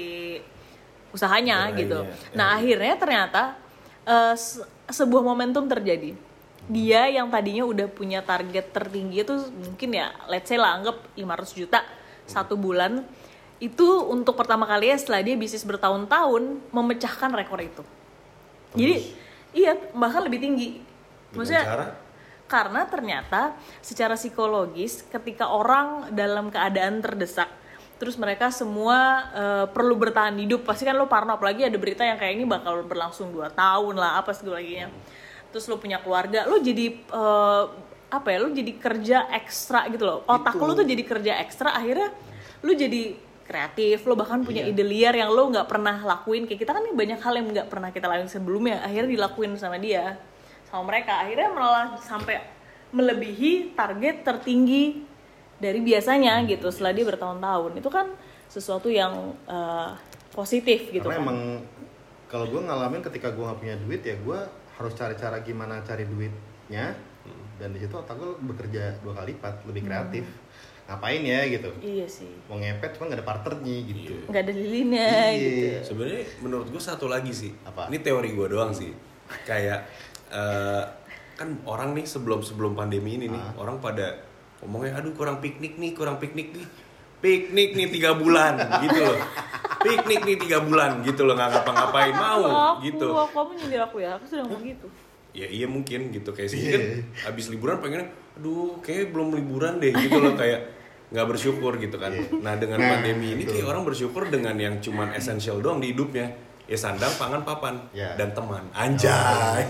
usahanya Usahanya, gitu. ya. Nah akhirnya ternyata uh, se- sebuah momentum terjadi. Dia yang tadinya udah punya target tertinggi itu mungkin ya let's say lah anggap lima ratus juta satu bulan, itu untuk pertama kalinya setelah dia bisnis bertahun-tahun memecahkan rekor itu. Jadi iya bahkan lebih tinggi. Maksudnya Dengan cara? karena ternyata secara psikologis ketika orang dalam keadaan terdesak, terus mereka semua uh, perlu bertahan hidup, pasti kan lo parno, apalagi ada berita yang kayak ini bakal berlangsung dua tahun lah apa segala laginya. Terus lo punya keluarga, lo jadi uh, apa ya, lo jadi kerja ekstra gitu loh. Otak Itu. lo tuh jadi kerja ekstra, akhirnya lo jadi kreatif, lo bahkan punya Iya. ide liar yang lo nggak pernah lakuin. Kayak kita kan nih banyak hal yang nggak pernah kita lakuin sebelumnya, akhirnya dilakuin sama dia, sama mereka. Akhirnya malah sampai melebihi target tertinggi dari biasanya gitu setelah dia bertahun-tahun. Itu kan sesuatu yang uh, positif gitu. Karena kan. emang kalau gue ngalamin ketika gue nggak punya duit ya gue harus cari cara gimana cari duitnya, dan di situ otak gue bekerja dua kali lipat, lebih kreatif. Ngapain ya gitu? Iya sih. Mau ngepet cuma nggak ada partnernya gitu. Nggak ada lilinnya Iya. gitu. Sebenarnya menurut gue satu lagi sih. Apa? Ini teori gue doang sih. Kayak uh, kan orang nih sebelum sebelum pandemi ini nih, Ah. orang pada ngomongnya aduh kurang piknik nih, kurang piknik nih. Piknik nih tiga bulan gitu loh. Piknik nih tiga bulan gitu loh, nggak ngapa-ngapain mau Aku, gitu. aku, kamu nyindir aku ya, aku sudah ngomong gitu. Ya iya mungkin gitu, kayak sih Iya. kan abis liburan pengennya aduh kayak belum liburan deh gitu loh, kayak nggak bersyukur gitu kan. Iya. Nah dengan Nah, pandemi ini betul. kayak orang bersyukur dengan yang cuman esensial doang di hidupnya, ya sandang pangan papan Iya. dan teman anjay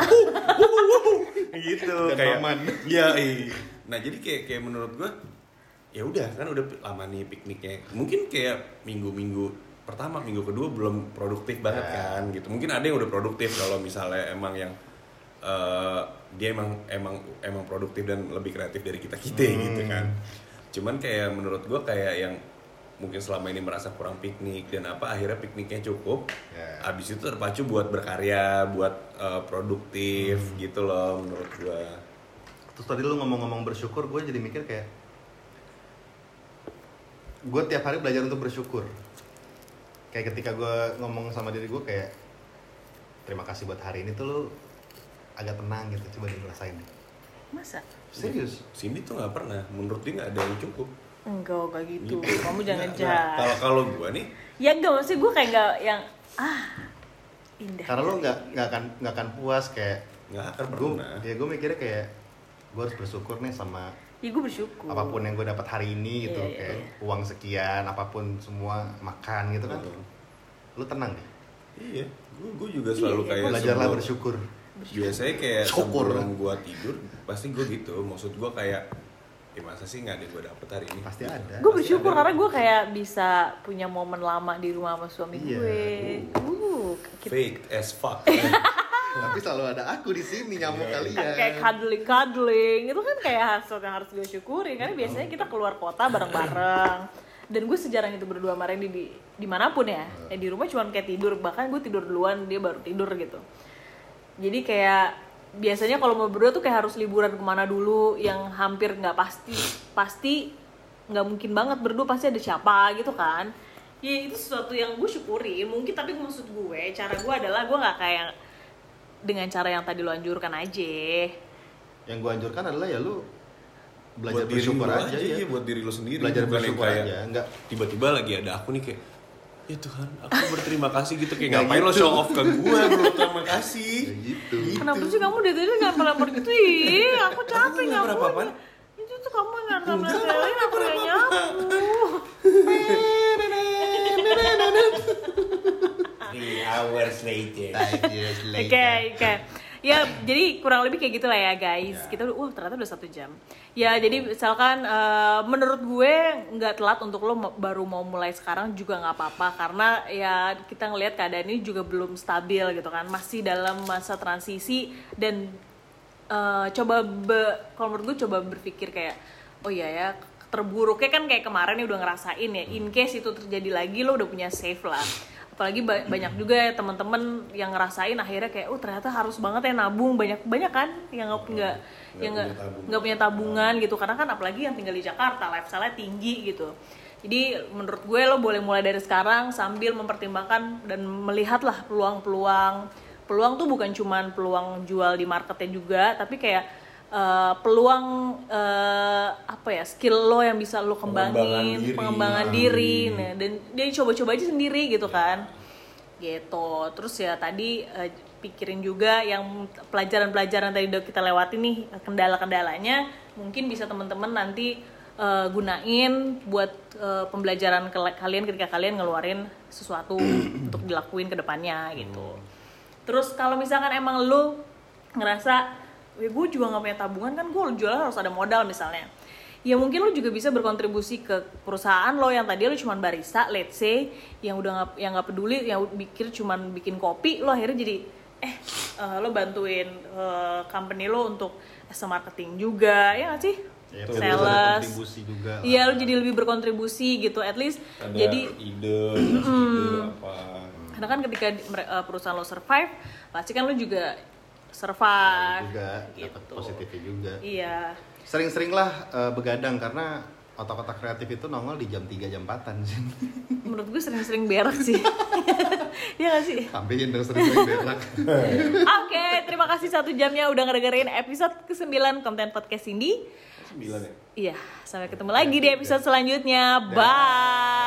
gitu Dan kayak paman. ya iya. Nah jadi kayak kayak menurut gua ya udah kan udah lama nih pikniknya, mungkin kayak minggu-minggu pertama minggu kedua belum produktif banget Ya. kan gitu. Mungkin ada yang udah produktif kalau misalnya emang yang uh, dia emang emang emang produktif dan lebih kreatif dari kita kita Hmm. gitu kan. Cuman kayak menurut gue kayak yang mungkin selama ini merasa kurang piknik dan apa, akhirnya pikniknya cukup. Ya. Abis itu terpacu buat berkarya, buat uh, produktif gitu loh menurut gue. Terus tadi lu ngomong-ngomong bersyukur, gue jadi mikir kayak gue tiap hari belajar untuk bersyukur. Kayak ketika gue ngomong sama diri gue kayak terima kasih buat hari ini tuh lu agak tenang gitu, coba dirasain deh. Masa? Serius? Cindy tuh nggak pernah, menurut dia nggak ada yang cukup. Enggak, enggak gitu. Gitu. Kamu jangan Nggak, jahat. nggak. Kalau kalau gue nih, Ya enggak, maksudnya gue kayak enggak yang ah indah. Karena lo nggak nggak akan nggak akan puas kayak nggak akan gue. pernah. Ya gue mikirnya kayak gue harus bersyukur nih sama Ya gue bersyukur. apapun yang gue dapat hari ini gitu, Iya, iya, kayak iya. uang sekian, apapun semua makan gitu kan. Betul. Lu tenang deh. Iya, gue gue juga selalu Iya, kayak Belajarlah sebelum- bersyukur. Biasanya kayak Syukur. sebelum gue tidur, pasti gue gitu. Maksud gue kayak, ya masa sih nggak ada yang gue dapet hari ini? Pasti ada. Gue Pasti bersyukur ada. karena gue kayak bisa punya momen lama di rumah sama suami Iya. gue. Uh, kita- Fake as fuck. Tapi selalu ada aku di sini nyamuk kalian. kayak cuddling cuddling itu kan kayak sesuatu yang harus gue syukuri karena biasanya kita keluar kota bareng-bareng dan gue sejarang itu berdua sama Randy di dimanapun ya, ya di rumah cuma kayak tidur, bahkan gue tidur duluan dia baru tidur gitu. Jadi kayak biasanya kalau mau berdua tuh kayak harus liburan kemana dulu yang hampir nggak pasti pasti nggak mungkin banget berdua, pasti ada siapa gitu kan. Ya itu sesuatu yang gue syukuri mungkin, tapi maksud gue cara gue adalah gue nggak kayak dengan cara yang tadi lo anjurkan aja. Yang gue anjurkan adalah ya lu belajar Buat diri bersyukur lu aja, aja, ya. iya, buat diri lu sendiri. Belajar Bukan yang bersyukur kayak aja, enggak. tiba-tiba lagi ada aku nih kayak, ya Tuhan, aku berterima kasih gitu. Kayak Nggak ngapain lo gitu. show off ke gue, bro, terima kasih. Ya gitu. Kenapa sih kamu dari tadi lempar-lempar gitu? Ih, aku capek Aku nggak nyapu. apa-apaan. Itu tuh kamu yang nempel-nempelin, aku yang nyapu. Three hours later. Five years later. Oke, oke. Ya, jadi kurang lebih kayak gitulah ya guys. Kita udah, uh ternyata udah satu jam. Ya, jadi misalkan eh, menurut gue nggak telat untuk lo mo- baru mau mulai sekarang juga nggak apa-apa, karena ya kita ngelihat keadaan ini juga belum stabil gitu kan, masih dalam masa transisi dan eh, coba be, kalau menurut gue coba berpikir kayak oh iya ya, terburuknya kan kayak kemarin nih udah ngerasain ya, in case itu terjadi lagi lo udah punya safe lah. Apalagi ba- banyak juga ya teman-teman yang ngerasain akhirnya kayak oh ternyata harus banget ya nabung, banyak banyak kan yang nggak nggak yang nggak punya tabungan. nggak punya tabungan gitu, karena kan apalagi yang tinggal di Jakarta lifestyle-nya tinggi gitu. Jadi menurut gue lo boleh mulai dari sekarang sambil mempertimbangkan dan melihatlah peluang-peluang. Peluang tuh bukan cuman peluang jual di marketnya juga, tapi kayak Uh, peluang uh, apa ya, skill lo yang bisa lo kembangin, Pengembangan diri. pengembangan diri, nah, dan dia coba-coba aja sendiri gitu kan, gitu. Terus ya tadi uh, pikirin juga yang pelajaran-pelajaran tadi udah kita lewati nih, kendala-kendalanya mungkin bisa teman-teman nanti uh, gunain buat uh, pembelajaran ke- kalian ketika kalian ngeluarin sesuatu untuk dilakuin ke depannya gitu. Terus kalau misalkan emang lo ngerasa ya gue juga nggak punya tabungan kan, gue jualan harus ada modal misalnya, ya mungkin lo juga bisa berkontribusi ke perusahaan lo yang tadi lo cuman barista, let's say, yang udah nggak yang nggak peduli, yang pikir cuman bikin kopi, lo akhirnya jadi eh uh, lo bantuin uh, company lo untuk as a marketing juga, ya nggak sih? Ya, Tuh, ada Sales, kontribusi juga lah. iya lo jadi lebih berkontribusi gitu, at least Ada jadi ide, ide apa. karena kan ketika mere- uh, perusahaan lo survive, pasti kan lo juga survive juga dapat gitu. positifnya juga. Iya. Sering-seringlah eh, begadang karena otak-otak kreatif itu nongol di jam tiga jam empatan sih. Menurut gue sering-sering berak sih. Iya gak sih? Sampein dong sering-sering berak. Oke, terima kasih satu jamnya udah ngedengerin episode kesembilan konten podcast Cindy. Sembilan ya? Iya, sampai ketemu lagi di episode selanjutnya. Bye.